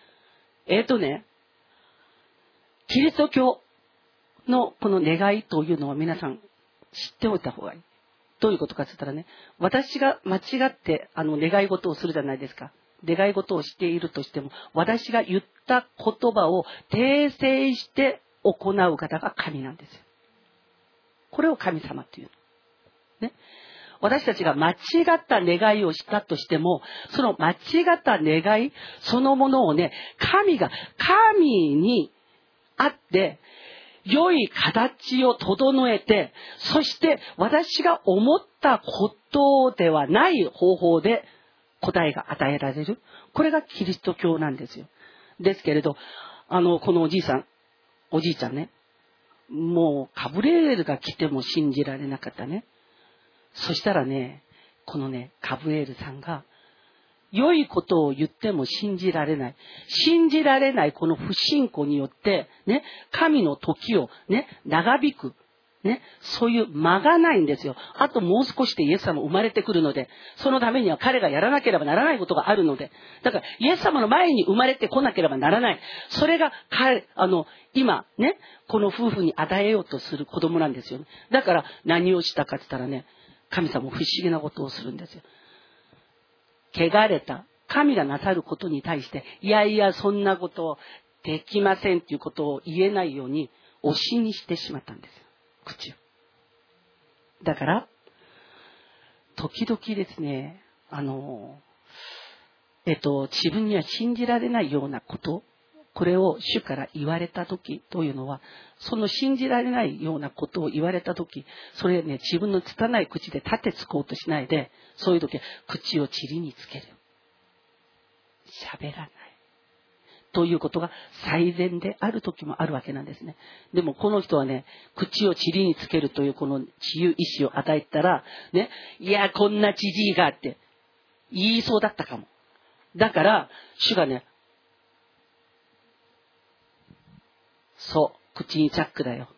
キリスト教のこの願いというのは皆さん知っておいた方がいい。どういうことかと言ったらね、私が間違って願い事をするじゃないですか。願い事をしているとしても、私が言った言葉を訂正して行う方が神なんですよ。これを神様というの。ね。私たちが間違った願いをしたとしても、その間違った願いそのものをね、神にあって、良い形を整えて、そして私が思ったことではない方法で答えが与えられる。これがキリスト教なんですよ。ですけれど、このおじいちゃんね、もうカブレールが来ても信じられなかったね。そしたらね、このね、カブレールさんが、良いことを言っても信じられないこの不信仰によってね、神の時をね、長引くね、そういう間がないんですよ。あともう少しでイエス様生まれてくるので、そのためには彼がやらなければならないことがあるので、だからイエス様の前に生まれてこなければならない。それが今ね、この夫婦に与えようとする子供なんですよね。だから何をしたかって言ったらね、神様不思議なことをするんですよ。汚れた神がなさることに対して、いやいやそんなことできませんっていうことを言えないように押しにしてしまったんですよ、口を。だから時々ですね、自分には信じられないようなこと、これを主から言われた時というのは、その信じられないようなことを言われた時、それね、自分の拙い口で立てつこうとしないで、そういう時は口を塵につける。喋らない。ということが最善である時もあるわけなんですね。でもこの人はね、口を塵につけるというこの自由意志を与えたら、ね、いや、こんな知事がって言いそうだったかも。だから、主がね、そう、口にチャックだよ。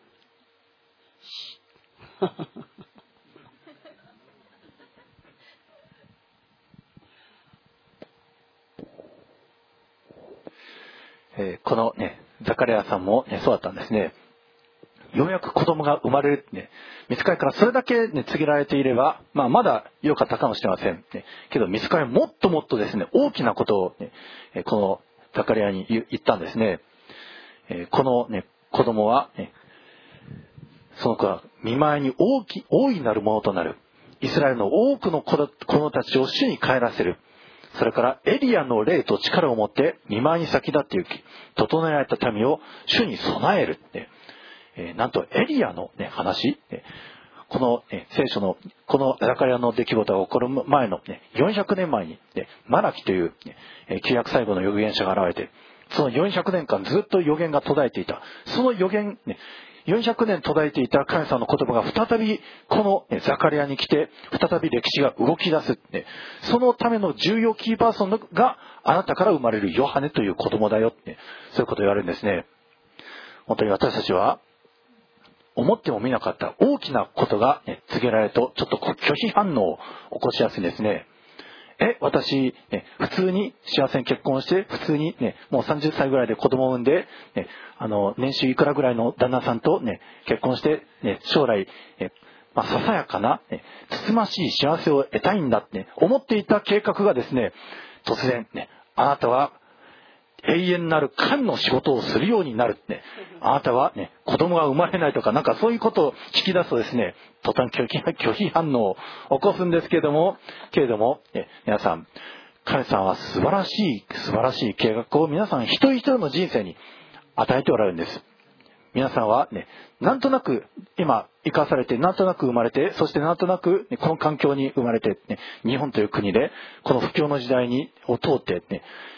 このね、ザカリアさんも、ね、そうだったんですね。ようやく子供が生まれるね、御使いからそれだけね、告げられていれば、まだ良かったかもしれません。ね、けど御使いはもっともっとですね、大きなことを、ね、このザカリアに言ったんですね。このね、子供は、ね、その子は見舞いに大いなるものとなる。イスラエルの多くの子供たちを主に帰らせる。それからエリアの霊と力を持って見舞いに先立って行き、整えられた民を主に備える。なんとエリアの、ね、話、この、聖書のこのザカリアの出来事が起こる前の、400年前に、マラキという、旧約最後の預言者が現れて、その400年間ずっと預言が途絶えていた。その預言、400年途絶えていた神様の言葉が再びこのザカリアに来て、再び歴史が動き出す。そのための重要キーパーソンがあなたから生まれるヨハネという子供だよ。そういうことを言われるんですね。本当に私たちは思ってもみなかった大きなことが、告げられるとちょっと拒否反応を起こしやすいんですね。私、普通に幸せに結婚して、普通にもう30歳ぐらいで子供を産んで、年収いくらぐらいの旦那さんと結婚して、将来、ささやかな、つつましい幸せを得たいんだって思っていた計画がですね、突然、あなたは永遠なる神の仕事をするようになるって、あなたは子供が生まれないとか、なんかそういうことを聞き出すとですね、途端拒否反応を起こすんですけれども、皆さん、神様は素晴らしい計画を皆さん一人一人の人生に与えておられるんです。皆さんはなんとなく今生かされて、なんとなく生まれて、そしてなんとなくこの環境に生まれて、日本という国でこの不況の時代を通って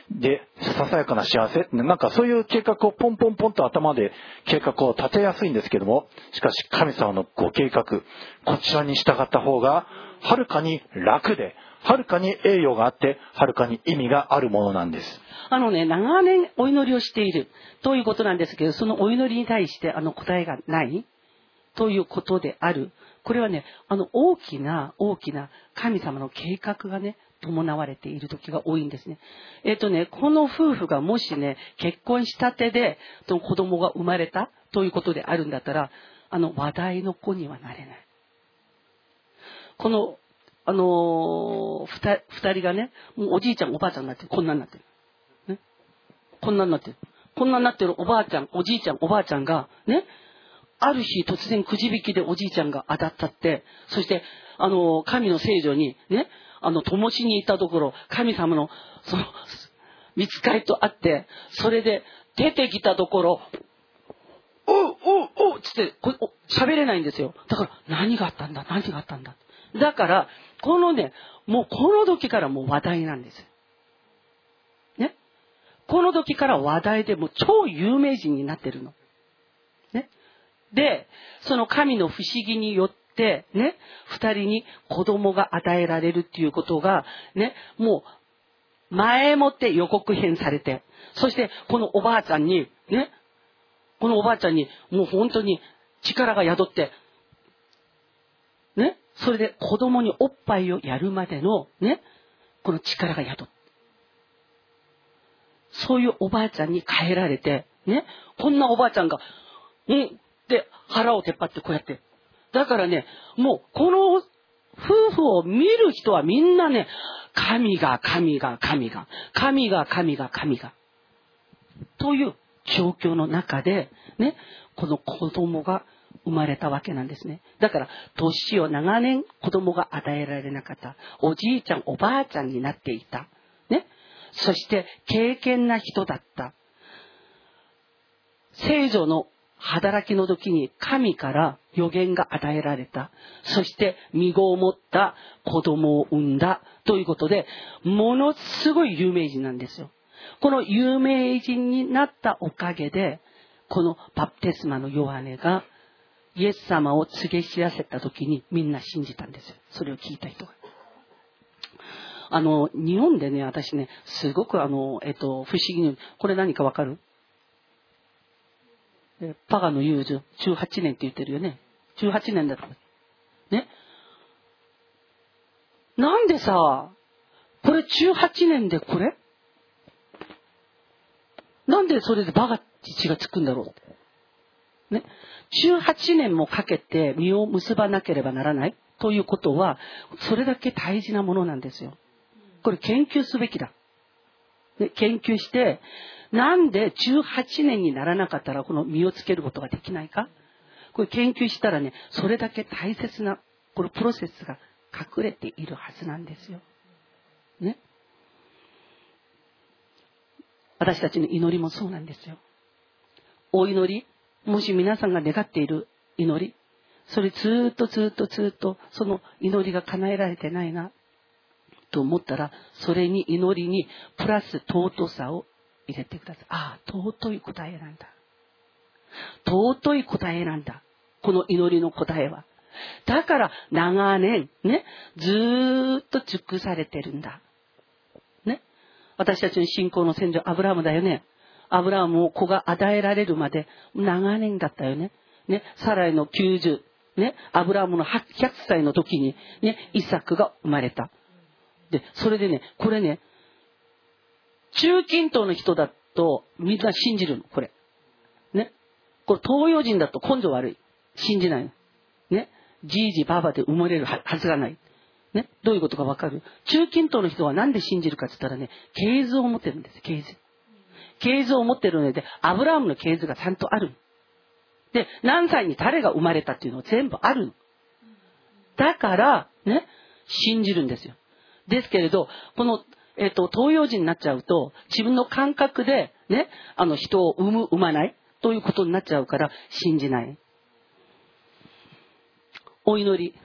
で、ささやかな幸せ、なんかそういう計画をポンポンポンと頭で計画を立てやすいんですけども、しかし神様のご計画、こちらに従った方がはるかに楽で、はるかに栄誉があって、はるかに意味があるものなんです。 長年お祈りをしているということなんですけど、そのお祈りに対して答えがないということである。これはね、大きな神様の計画がね、伴われている時が多いんですね。この夫婦がもしね、結婚したてで子供が生まれたということであるんだったら、話題の子にはなれない。この、二人がね、もうおじいちゃんおばあちゃんになってる。こんなになってる。ね。こんなになってる。こんなになってるおばあちゃん、おじいちゃん、おばあちゃんが、ね、ある日突然くじ引きでおじいちゃんが当たったって、そして、神の聖女にね、灯しに行ったところ、神様の、見つかりと会って、それで出てきたところ、おうつって、喋れないんですよ。だから、何があったんだ。だから、もうこの時からもう話題なんです。ね。この時から話題でもう超有名人になってるの。ね。で、その神の不思議によって、ね、二人に子供が与えられるっていうことが、ね、もう、前もって予告編されて、そしてこのおばあちゃんに、ね、もう本当に力が宿って、ね、それで子供におっぱいをやるまでの、ね、この力が宿って、そういうおばあちゃんに変えられて、ね、こんなおばあちゃんが、で、腹を出っ張ってこうやって。だからね、もう、この夫婦を見る人はみんなね、神が。という状況の中で、ね、この子供が生まれたわけなんですね。だから、年を長年子供が与えられなかった。おじいちゃん、おばあちゃんになっていた。ね。そして、敬虔な人だった。聖女の働きの時に神から予言が与えられた。そして身ごもった子供を産んだということで、ものすごい有名人なんですよ。この有名人になったおかげで、このバプテスマのヨハネがイエス様を告げ知らせた時にみんな信じたんですよ。それを聞いた人が。日本でね、私ね、すごく不思議に、これ何かわかる？パガの遊女、18年って言ってるよね。18年だった。ね。なんでさ、これ18年でこれ？なんでそれでバガ血がつくんだろう。ね。18年もかけて実を結ばなければならないということは、それだけ大事なものなんですよ。これ研究すべきだ。ね、研究して、なんで18年にならなかったらこの実をつけることができないか？これ研究したらね、それだけ大切なこのプロセスが隠れているはずなんですよ。ね。私たちの祈りもそうなんですよ。お祈り、もし皆さんが願っている祈り、それずっとその祈りが叶えられてないなと思ったら、それに祈りにプラス尊さを入れてください。ああ、尊い答えなんだ。尊い答えなんだ。この祈りの答えは。だから長年ね、ずーっと熟されてるんだ。ね。私たちの信仰の先祖、アブラハムだよね。アブラハムも子が与えられるまで長年だったよね。ね。サライの90、ね。アブラハムの100歳の時にね、イサクが生まれた。で、それでね、これね、中近東の人だとみんな信じるの、これ。ね。これ東洋人だと根性悪い。信じないの。ね。じいじばばで生まれるはずがない。ね。どういうことかわかる？中近東の人はなんで信じるかって言ったらね、系図を持ってるんです。系図。系図を持ってるので、アブラハムの系図がちゃんとある。で、何歳に誰が生まれたっていうのは全部あるの。だから、ね、信じるんですよ。ですけれど、この、東洋人になっちゃうと、自分の感覚で、ね、人を産まないということになっちゃうから、信じない。お祈り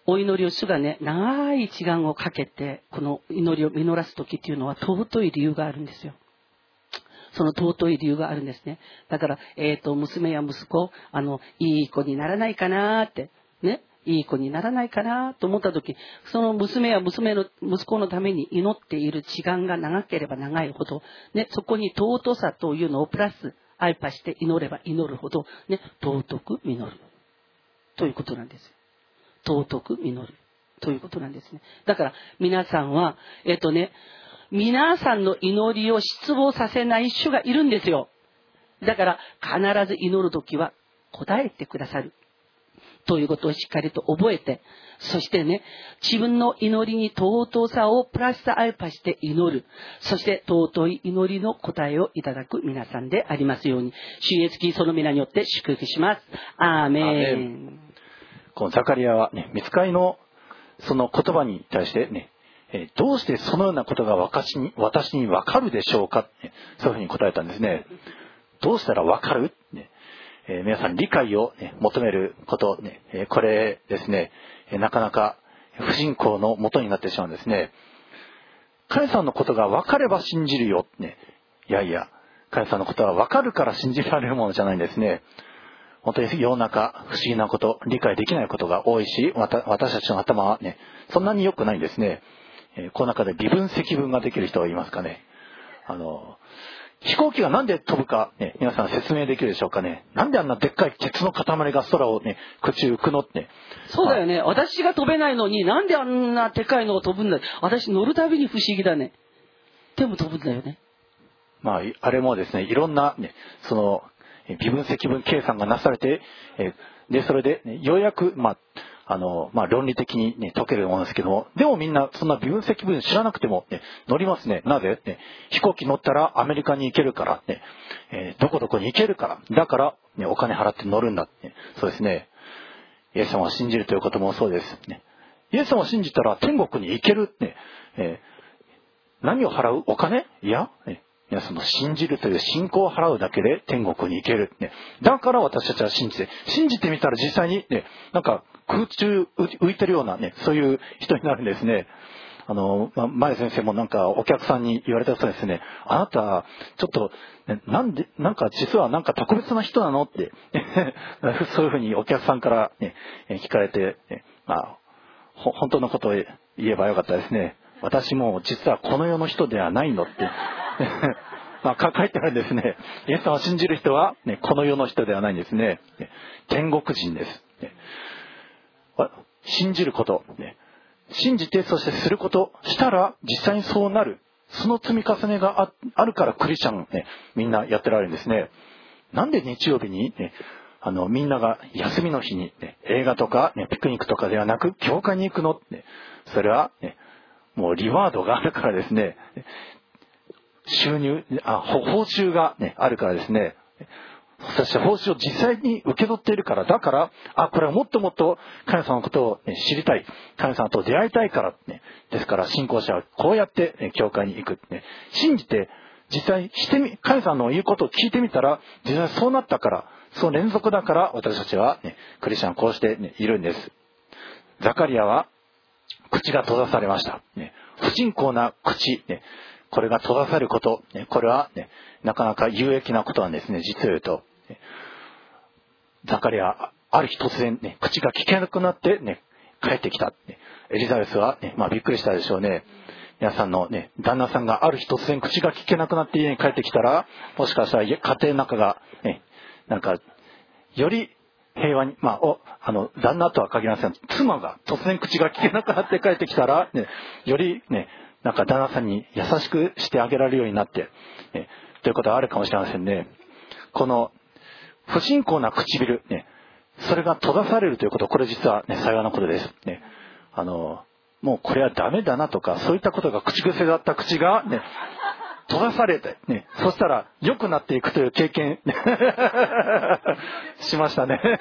お祈りを主がね、長い時間をかけて、この祈りを実らす時っていうのは尊い理由があるんですよ。その尊い理由があるんですね。だから、娘や息子、いい子にならないかなって、ね、いい子にならないかなと思った時、その娘や息子のために祈っている時間が長ければ長いほど、ね、そこに尊さというのをプラスアイパして祈れば祈るほど、ね、尊く実る。ということなんですよ。尊く実る。ということなんですね。だから、皆さんは、皆さんの祈りを失望させない主がいるんですよ。だから必ず祈るときは答えてくださるということをしっかりと覚えて、そしてね、自分の祈りに尊さをプラスアルファして祈る、そして尊い祈りの答えをいただく皆さんでありますように、主イエスキリストの皆によって祝福します。アーメン。 このザカリアはね、御使いのその言葉に対してね、どうしてそのようなことが私に分かるでしょうか、そういうふうに答えたんですね。どうしたら分かる、皆さん理解を、求めること、これですね、なかなか不信仰のもとになってしまうんですね。神様のことが分かれば信じるよ、いやいや、神様のことは分かるから信じられるものじゃないんですね。本当に世の中不思議なこと、理解できないことが多いし、私たちの頭はね、そんなに良くないんですね。この中で微分積分ができる人はいますかね。飛行機がなんで飛ぶか、皆さん説明できるでしょうかね。なんであんなでっかい鉄の塊が空を口浮くのって。 そうだよね。私が飛べないのになんであんなでかいのが飛ぶんだ。私乗るたびに不思議だね。でも飛ぶんだよね。 あれもですね、いろんなその微分積分計算がなされて、でそれで、ようやく論理的に、解けるものですけども、でもみんなそんな微分積分知らなくても、乗りますね。なぜ、飛行機乗ったらアメリカに行けるから、どこどこに行けるから、だから、お金払って乗るんだ、そうですね。イエス様を信じるということもそうです、イエス様を信じたら天国に行ける、何を払う？お金？いや、皆さんの信じるという信仰を払うだけで天国に行ける、だから私たちは信じてみたら実際に、なんか空中浮いてるような、そういう人になるんですね。前先生もなんかお客さんに言われたそうですね。あなたちょっとなんか実はなんか特別な人なのってそういうふうにお客さんから、聞かれて、本当のことを言えばよかったですね。私も実はこの世の人ではないのって書いてあるんですね。イエス様を信じる人は、この世の人ではないんですね。天国人です。信じること、信じてそしてすることしたら実際にそうなる。その積み重ねがあるからクリスチャン、みんなやってられるんですね。なんで日曜日に、みんなが休みの日に、映画とか、ピクニックとかではなく教会に行くの、それは、もうリワードがあるからですね。報酬が、あるからですね。そして報酬を実際に受け取っているから、だから、これはもっともっと神様のことを、知りたい。神様と出会いたいから、ですから信仰者はこうやって、教会に行く、信じて、実際神様の言うことを聞いてみたら、実際そうなったから、その連続だから私たちは、クリスチャンこうして、いるんです。ザカリアは、口が閉ざされました。不信仰な口、これが閉ざされること、これは、なかなか有益なことなんですね。実を言うと。ザカリア、ある日突然、口が聞けなくなって、帰ってきた。エリザベスは、びっくりしたでしょうね。皆さんの旦那さんがある日突然口が聞けなくなって家に帰ってきたら、もしかしたら家庭の中が、なんか、より平和に、旦那とは限りません。妻が突然口が聞けなくなって帰ってきたら、よりなんか旦那さんに優しくしてあげられるようになって、ということはあるかもしれませんね。この不信仰な唇、それが閉ざされるということ、これ実は、幸いなことです。もうこれはダメだなとか、そういったことが口癖だった口が、閉ざされて、そしたら良くなっていくという経験しましたね。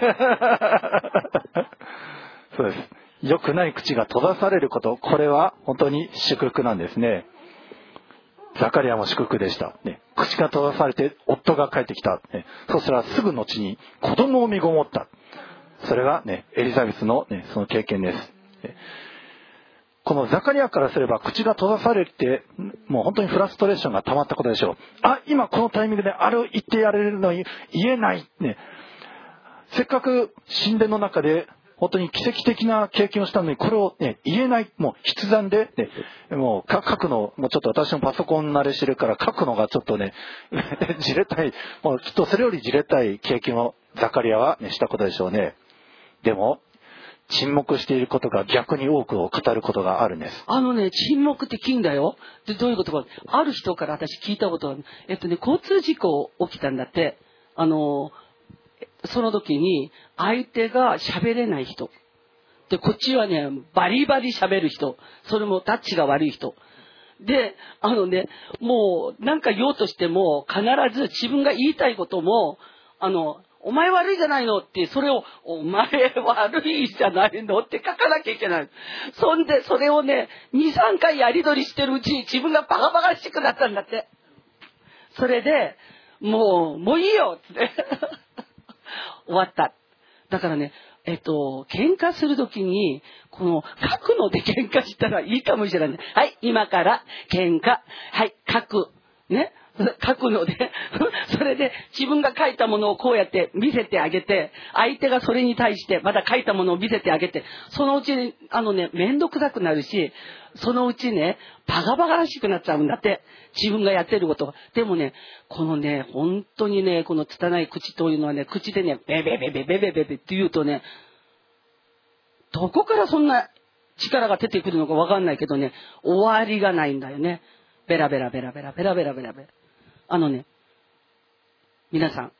そうです。良くない口が閉ざされること、これは本当に祝福なんですね。ザカリアも祝福でした。口が閉ざされて夫が帰ってきた。そしたらすぐ後に子供を身ごもった。それがエリザベスのその経験です。 このザカリアからすれば口が閉ざされて、もう本当にフラストレーションが溜まったことでしょう。今このタイミングであれを言ってやれるのに言えない、ね、せっかく神殿の中で本当に奇跡的な経験をしたのに、これを、ね、言えない、もう筆談で、ね、もう書くの、もうちょっと私もパソコン慣れしてるから書くのがちょっとねじれたい、もうきっとそれよりじれたい経験をザカリアは、ね、したことでしょうね。でも沈黙していることが逆に多くを語ることがあるんです。 沈黙って金だよ。で、どういうことか。ある人から私聞いたことは、交通事故起きたんだって。その時に相手が喋れない人。で、こっちはね、バリバリ喋る人。それもタッチが悪い人。で、もうなんか言おうとしても必ず自分が言いたいことも、お前悪いじゃないのって、それを、お前悪いじゃないのって書かなきゃいけない。そんで、それをね、2、3回やり取りしてるうちに自分がバカバカしくなったんだって。それで、もういいよって終わった。だからね、喧嘩するときに、この、書くので喧嘩したらいいかもしれない。はい、今から喧嘩。はい、書く。ね。書くのでそれで自分が書いたものをこうやって見せてあげて、相手がそれに対してまた書いたものを見せてあげて、そのうちにめんどくさくなるし、そのうちねバカバカらしくなっちゃうんだって、自分がやってることが。でもね、このね本当にね、この拙い口というのはね、口でねベベベベベベベベって言うとね、どこからそんな力が出てくるのかわかんないけどね、終わりがないんだよね。ベラベラベラベラベラベラベラベラ。皆さん、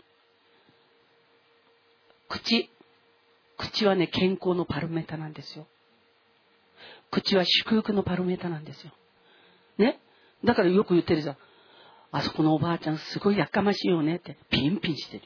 口はね、健康のパロメータなんですよ。口は祝福のパロメータなんですよ。ね。だからよく言ってるじゃん。あそこのおばあちゃんすごいやかましいよねって、ピンピンしてる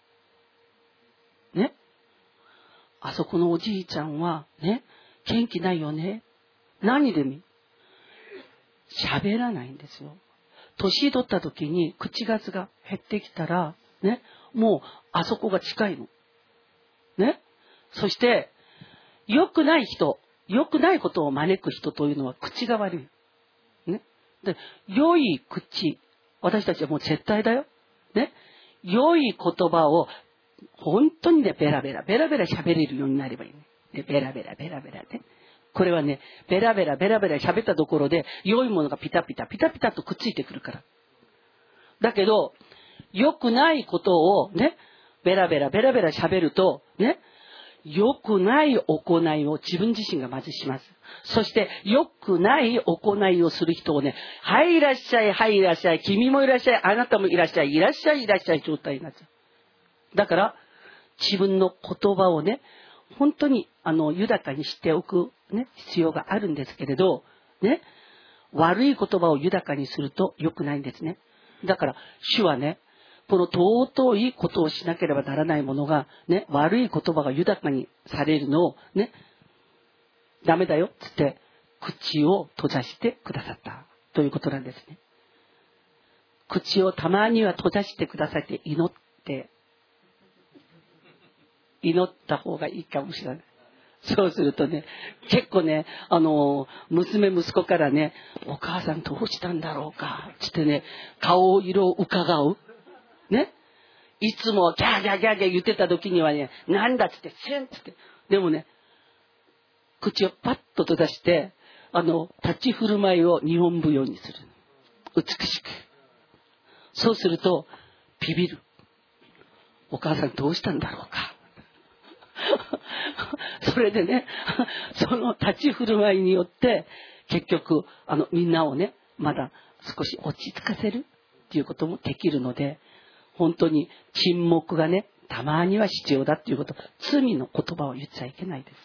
よ。ね。あそこのおじいちゃんは、ね、元気ないよね。何で喋らないんですよ。年取った時に口数が減ってきたら、ね、もうあそこが近いの。ね。そして、良くない人、良くないことを招く人というのは口が悪い。ね。で、良い口、私たちはもう絶対だよ。ね。良い言葉を、本当にね、ベラベラ、ベラベラ喋れるようになればいいね。で、ベラベラ、ベラベラね。これはね、ベラベラベラベラ喋ったところで、良いものがピタピタピタピタとくっついてくるから。だけど、良くないことをね、ベラベラベラベラ喋ると、ね、良くない行いを自分自身がまずします。そして、良くない行いをする人をね、はいいらっしゃい、はいいらっしゃい、君もいらっしゃい、あなたもいらっしゃい、いらっしゃい、いらっしゃい状態になっちゃう。だから、自分の言葉をね、本当に豊かにしておく、ね、必要があるんですけれど、ね、悪い言葉を豊かにすると良くないんですね。だから主はね、この尊いことをしなければならないものが、ね、悪い言葉が豊かにされるのをね、ダメだよっつって口を閉ざしてくださったということなんですね。口をたまには閉ざしてくださいって祈った方がいいかもしれない。そうするとね、結構ね、息子からね、お母さんどうしたんだろうか、つってね、顔色を伺う。ね。いつもギャーギャーギャーギャー言ってた時にはね、なんだっつって、せんっつって。でもね、口をパッと閉ざして、立ち振る舞いを日本舞踊にする。美しく。そうすると、ビビる。お母さんどうしたんだろうか。それでね、その立ち振る舞いによって結局みんなをね、まだ少し落ち着かせるっていうこともできるので、本当に沈黙がね、たまには必要だっていうこと、罪の言葉を言っちゃいけないです。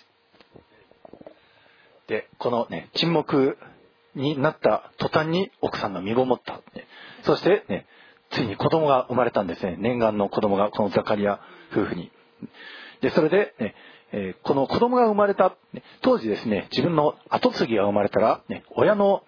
で、このね、沈黙になった途端に奥さんが身ごもった、ね、そしてね、ついに子供が生まれたんですね。念願の子供がこのザカリア夫婦に。で、それで、ね、この子供が生まれた、当時ですね、自分の後継ぎが生まれたら、ね、親の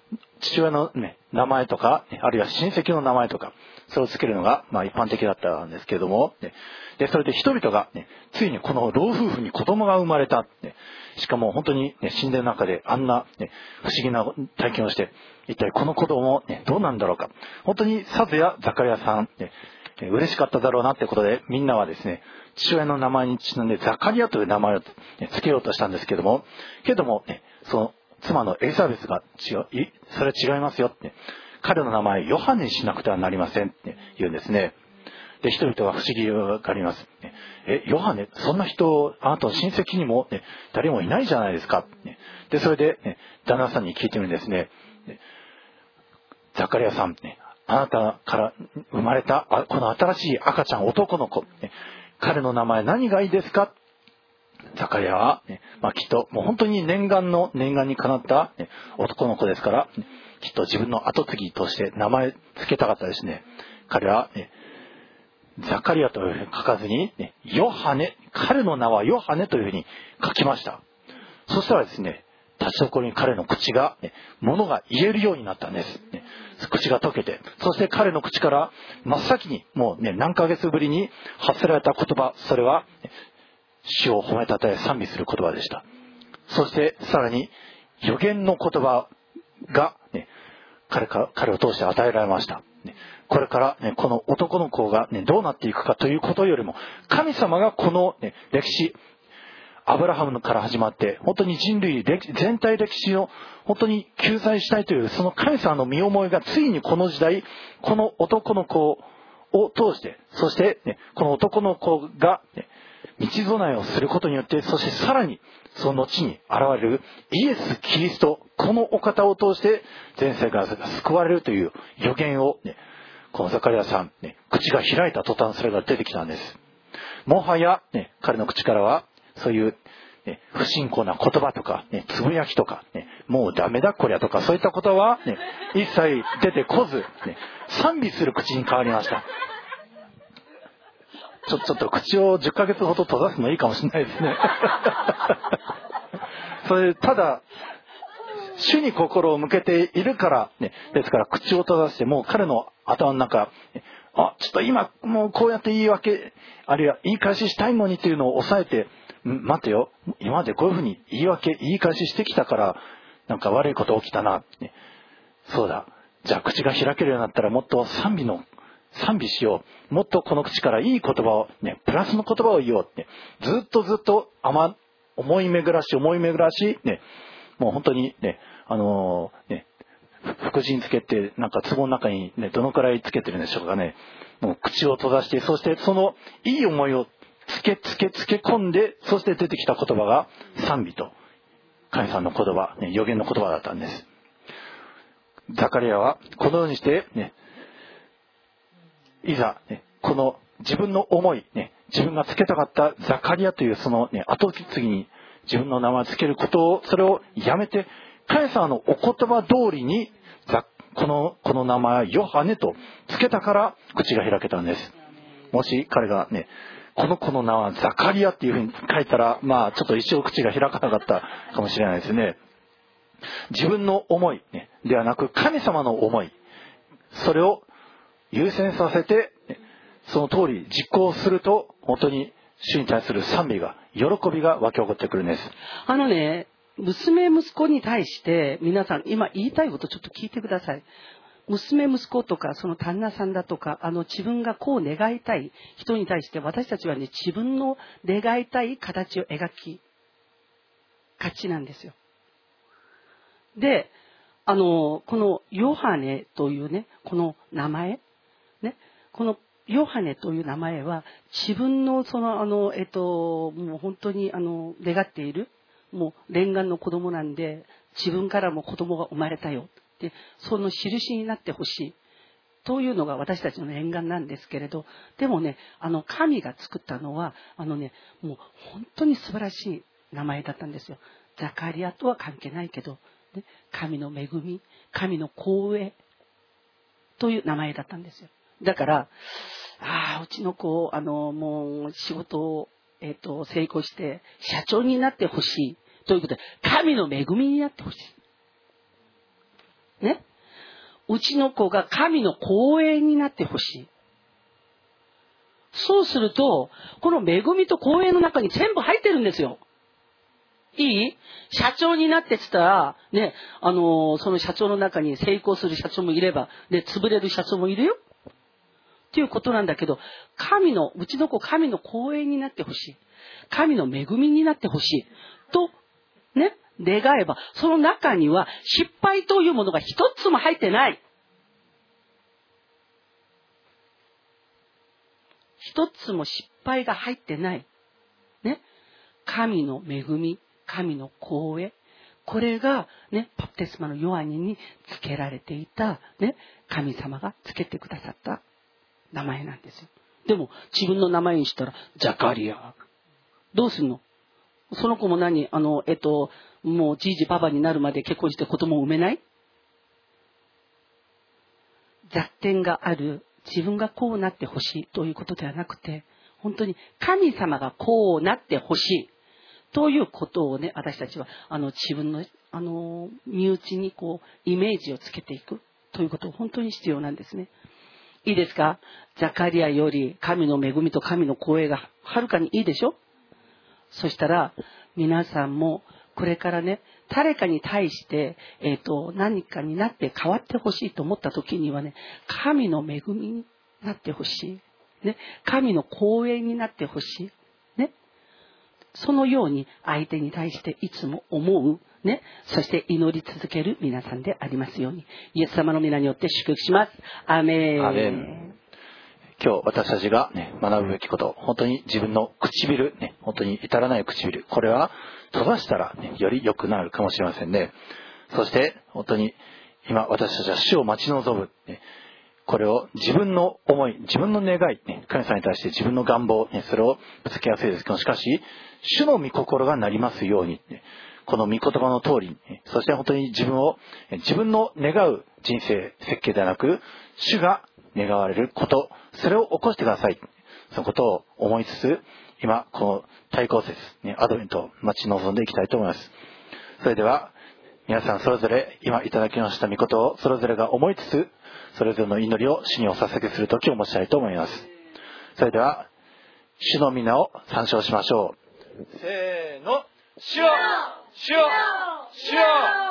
父親の、名前とか、あるいは親戚の名前とか、それをつけるのが、一般的だったんですけれども、でそれで人々が、ついにこの老夫婦に子供が生まれた、しかも本当に、神殿の中であんな、不思議な体験をして、一体この子供、どうなんだろうか。本当にサズやザカリアさん、嬉しかっただろうなってことで、みんなはですね、父親の名前にちなんでザカリアという名前を、つけようとしたんですけども、その妻のエリザベスがそれは違いますよって、彼の名前ヨハネにしなくてはなりませんって言うんですね。で、人々は不思議があります。ヨハネ、そんな人、あなたの親戚にも、誰もいないじゃないですか。で、それで、旦那さんに聞いてみるんですね。ザカリアさん、あなたから生まれたこの新しい赤ちゃん、男の子、彼の名前何がいいですか。ザカリアは、きっともう本当に念願にかなった、男の子ですから、きっと自分の後継ぎとして名前つけたかったですね。彼は、ザカリアというふうに書かずに、ヨハネ、彼の名はヨハネというふうに書きました。そしたらですね、立ち残りに彼の口が、物が言えるようになったんです。口が溶けて、そして彼の口から真っ先にもう何ヶ月ぶりに発せられた言葉、それは、主を褒めたたえ賛美する言葉でした。そしてさらに預言の言葉が、彼を通して与えられました。これから、この男の子が、どうなっていくかということよりも、神様がこの、歴史、アブラハムから始まって本当に人類全体歴史を本当に救済したいというその神様の身思いがついにこの時代、この男の子を通して、そして、この男の子が、道備えをすることによって、そしてさらにその後に現れるイエス・キリスト、このお方を通して全世界が救われるという予言を、このザカリアさん、口が開いた途端それが出てきたんです。もはや、彼の口からはそういう、不信仰な言葉とか、つぶやきとか、もうダメだこりゃとか、そういったことは、一切出てこず、賛美する口に変わりました。ちょっと口を10ヶ月ほど閉ざすのいいかもしれないですね。それただ主に心を向けているから、ですから口を閉ざして、もう彼の頭の中、ちょっと今もうこうやって言い訳、あるいは言い返ししたいのにというのを抑えて、待てよ、今までこういうふうに言い返ししてきたからなんか悪いこと起きたな、そうだ、じゃあ口が開けるようになったらもっと賛美しよう、もっとこの口からいい言葉を、プラスの言葉を言おうって、ずっと思い巡らし、もう本当に福神つけてなんか壺の中にどのくらいつけてるんでしょうかね。もう口を閉ざして、そしてそのいい思いをつけ込んで、そして出てきた言葉が賛美と神様の言葉、預言の言葉だったんです。ザカリアはこのようにして、いざ、この自分の思い、自分がつけたかったザカリアというその、後継ぎに自分の名前をつけることを、それをやめて、神様のお言葉通りにこの名前はヨハネとつけたから口が開けたんです。もし彼がこの子の名はザカリアっていうふうに書いたら、ちょっと一生口が開かなかったかもしれないですね。自分の思い、ではなく神様の思い、それを優先させて、その通り実行すると、本当に主に対する賛美が、喜びが湧き起こってくるんです。 娘息子に対して皆さん今言いたいことちょっと聞いてください。娘息子とかその旦那さんだとか自分がこう願いたい人に対して、私たちは自分の願いたい形を描きがちなんですよ。でこのヨハネというこの名前このヨハネという名前は自分のもう本当に願っているもう念願の子供なんで、自分からも子供が生まれたよってその印になってほしいというのが私たちの念願なんですけれど、でも神が作ったのはもう本当に素晴らしい名前だったんですよ。ザカリアとは関係ないけど、神の恵み、神の光栄という名前だったんですよ。だからうちの子もう仕事を成功して社長になってほしいということで、神の恵みになってほしい。 ね、うちの子が神の光栄になってほしい。そうすると、この恵みと光栄の中に全部入ってるんですよ。いい？社長になってって言ったら、ね、その社長の中に成功する社長もいれば、で、潰れる社長もいるよ。っていうことなんだけど、うちの子神の光栄になってほしい。神の恵みになってほしい。と、ね、願えば、その中には失敗というものが一つも入ってない。一つも失敗が入ってない。ね。神の恵み、神の光栄。これが、ね、バプテスマのヨハネにつけられていた、ね、神様がつけてくださった名前なんですよ。でも、自分の名前にしたら、ザカリア。どうすんの？その子ももうじいじパパになるまで結婚して子供を産めない？弱点がある。自分がこうなってほしいということではなくて、本当に神様がこうなってほしいということをね、私たちは自分の身内にこうイメージをつけていくということを本当に必要なんですね。いいですか？ザカリアより神の恵みと神の光栄がはるかにいいでしょ？そしたら皆さんもこれからね、誰かに対して、何かになって変わってほしいと思った時にはね、神の恵みになってほしい。ね、神の光栄になってほしい。ね、そのように相手に対していつも思う。ね、そして祈り続ける皆さんでありますように。イエス様の皆によって祝福します。アーメン。 アーメン。今日私たちが、ね、学ぶべきこと、本当に自分の唇、ね、本当に至らない唇、これは閉ざしたら、ね、より良くなるかもしれませんね。そして本当に今私たちは主を待ち望む、ね、これを自分の思い、自分の願い、ね、神様に対して自分の願望、ね、それをぶつけやすいですけど、しかし主の御心がなりますように、ね、この御言葉の通りに、そして本当に自分の願う人生設計ではなく、主が願われること、それを起こしてください。そのことを思いつつ、今この対抗節、ね、アドベントを待ち望んでいきたいと思います。それでは皆さんそれぞれ今いただきました御事をそれぞれが思いつつ、それぞれの祈りを主にお捧げする時を持ちたいと思います。それでは主の皆を参照しましょう。せーの、主よ、主よ、主よ。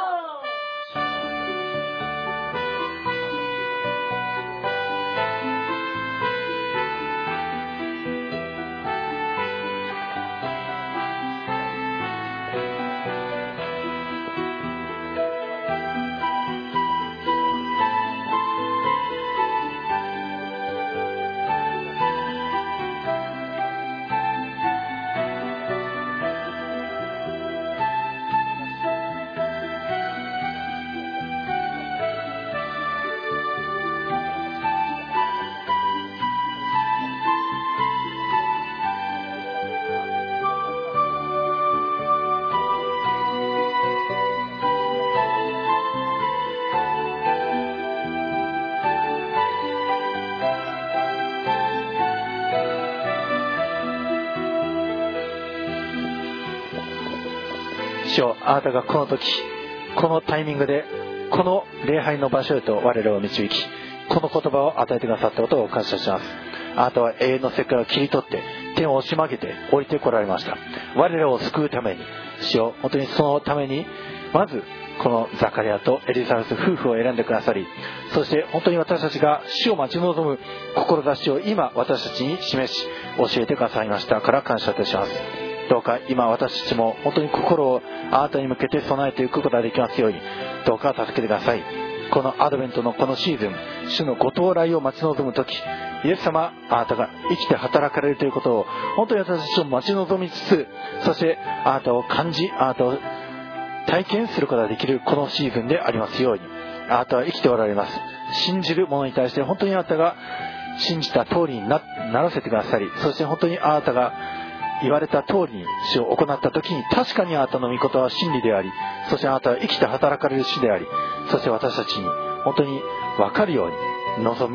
主よ、あなたがこの時、このタイミングで、この礼拝の場所へと我らを導き、この言葉を与えてくださったことを感謝します。あなたは永遠の世界を切り取って、天を押し曲げて降りてこられました。我らを救うために、主よ、本当にそのために、まず、このザカリアとエリザベス夫婦を選んでくださり、そして本当に私たちが主を待ち望む志を今私たちに示し、教えてくださいましたから感謝いたします。どうか今私たちも本当に心をあなたに向けて備えていくことができますように、どうか助けてください。このアドベントのこのシーズン、主のご到来を待ち望むとき、イエス様、あなたが生きて働かれるということを本当に私たちを待ち望みつつ、そしてあなたを感じ、あなたを体験することができるこのシーズンでありますように、あなたは生きておられます。信じる者に対して本当にあなたが信じた通りに ならせてくださり、そして本当にあなたが言われた通りに主を行った時に、確かにあなたの御言は真理であり、そしてあなたは生きて働かれる主であり、そして私たちに本当に分かるように望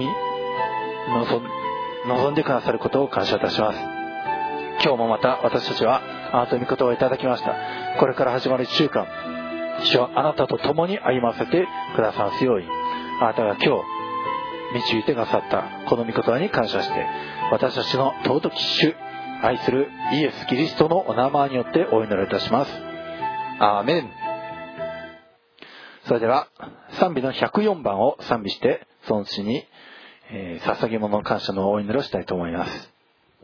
んでくださることを感謝いたします。今日もまた私たちはあなたの御言葉をいただきました。これから始まる1週間、 主はあなたと共に歩ませてくださますように、あなたが今日導いてくださったこの御言葉に感謝して、私たちの尊き主、愛するイエス・キリストのお名前によってお祈りいたします。アーメン。それでは賛美の104番を賛美して、その地に、捧げ物の感謝のお祈りをしたいと思います。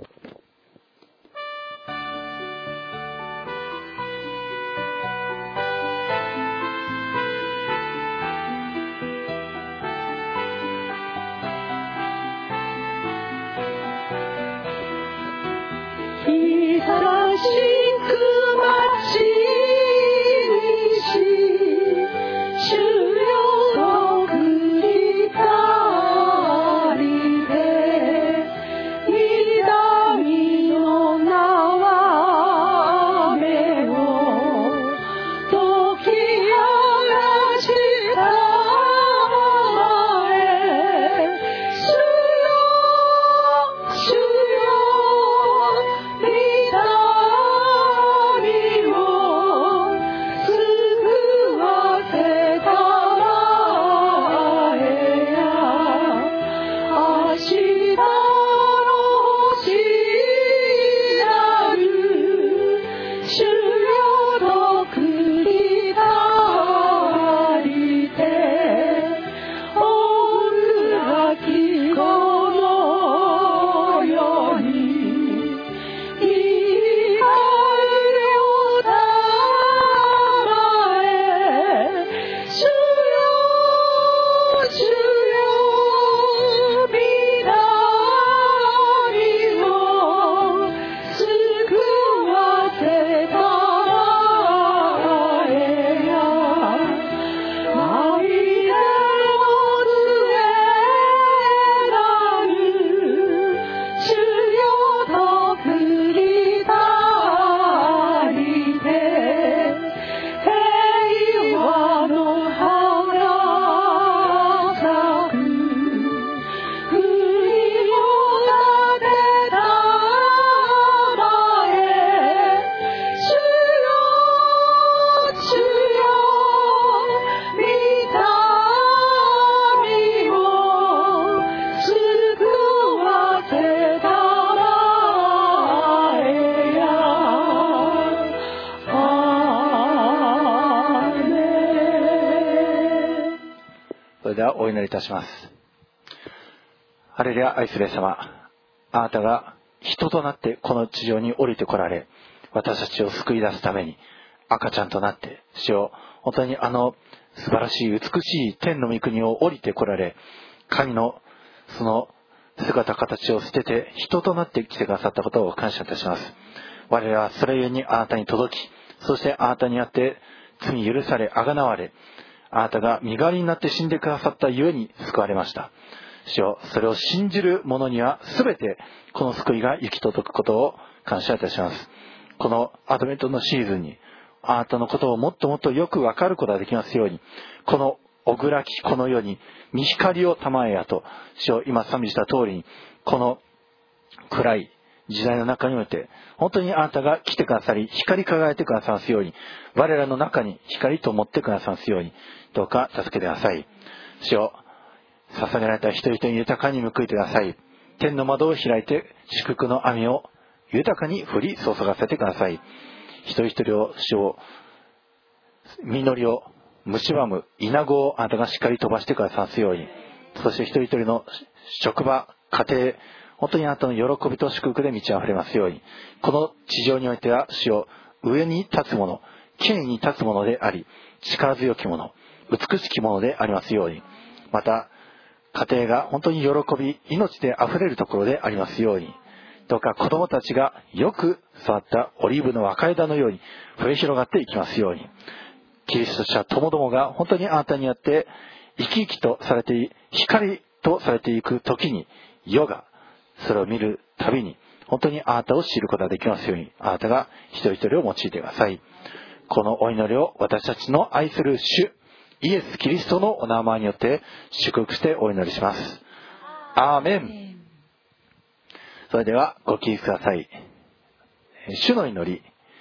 お祈りいたします。ハレルヤ。愛するイエス様、あなたが人となってこの地上に降りてこられ、私たちを救い出すために赤ちゃんとなって、主よ、本当に素晴らしい美しい天の御国を降りてこられ、神のその姿形を捨てて人となって来てくださったことを感謝いたします。我々はそれゆえにあなたに届き、そしてあなたにあって罪許され、あがなわれ、あなたが身代わりになって死んでくださったゆえに救われました。主よ、それを信じる者には全てこの救いが行き届くことを感謝いたします。このアドベントのシーズンにあなたのことをもっともっとよく分かることができますように、この小暗きこの世に見光をたまえやと、主よ、今賛美した通りにこの暗い時代の中において本当にあなたが来てくださり、光り輝いてくださいますように、我らの中に光と思ってくださいますように、どうか助けてください。主よ、捧げられた人々に豊かに報いてください。天の窓を開いて祝福の網を豊かに降り注がせてください。一人一人を、主を、実りを蝕む稲子をあなたがしっかり飛ばしてくださいますように、そして一人一人の職場、家庭、本当にあなたの喜びと祝福で満ち溢れますように、この地上においては主を上に立つもの、権威に立つものであり、力強きもの、美しきものでありますように、また家庭が本当に喜び、命で溢れるところでありますように、どうか子供たちがよく育ったオリーブの若枝のように増え広がっていきますように、キリスト者ともどもが本当にあなたによって生き生きとされて、光とされていく時に、世がそれを見るたびに本当にあなたを知ることができますように、あなたが一人一人を用いてください。このお祈りを私たちの愛する主イエス・キリストのお名前によって祝福してお祈りします。アーメン。それではご起立ください。主の祈り、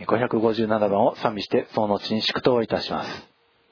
557番を賛美してその後に祝祷をいたします。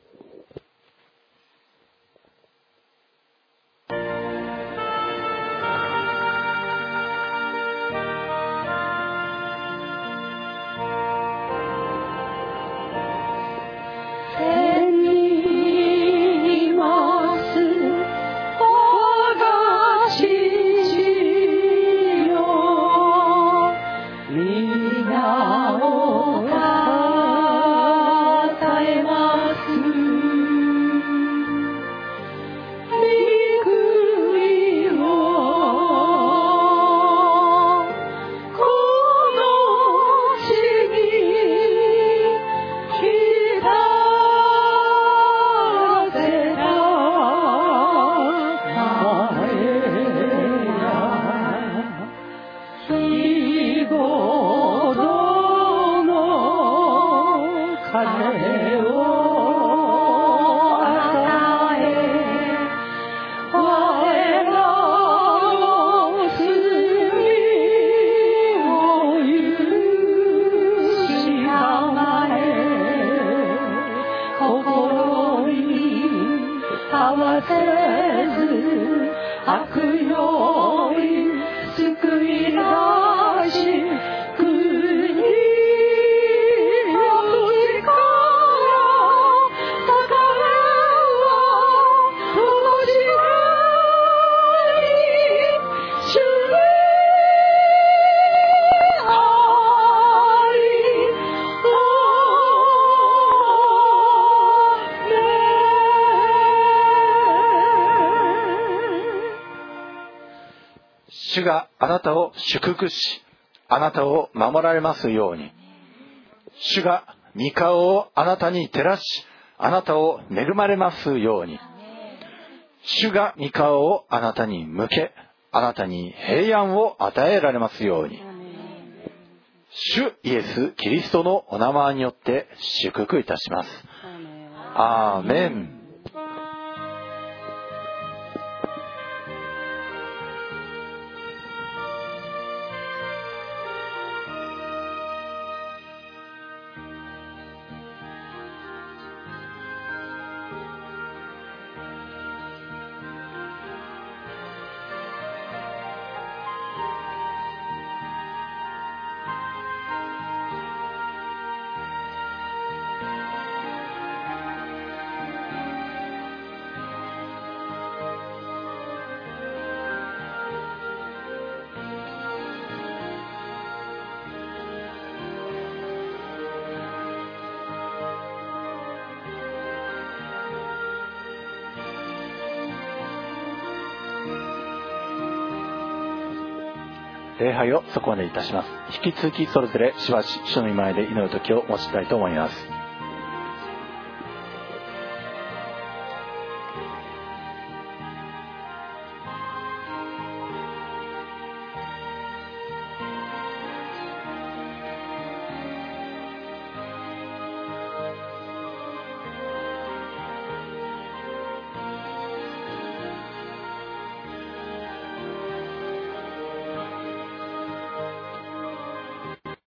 主があなたを祝福し、あなたを守られますように。主が御顔をあなたに照らし、あなたを恵まれますように。主が御顔をあなたに向け、あなたに平安を与えられますように。主イエス・キリストのお名前によって祝福いたします。アーメン。礼拝をそこまでいたします。引き続きそれぞれしばし主の御前で祈る時を持ちたいと思います。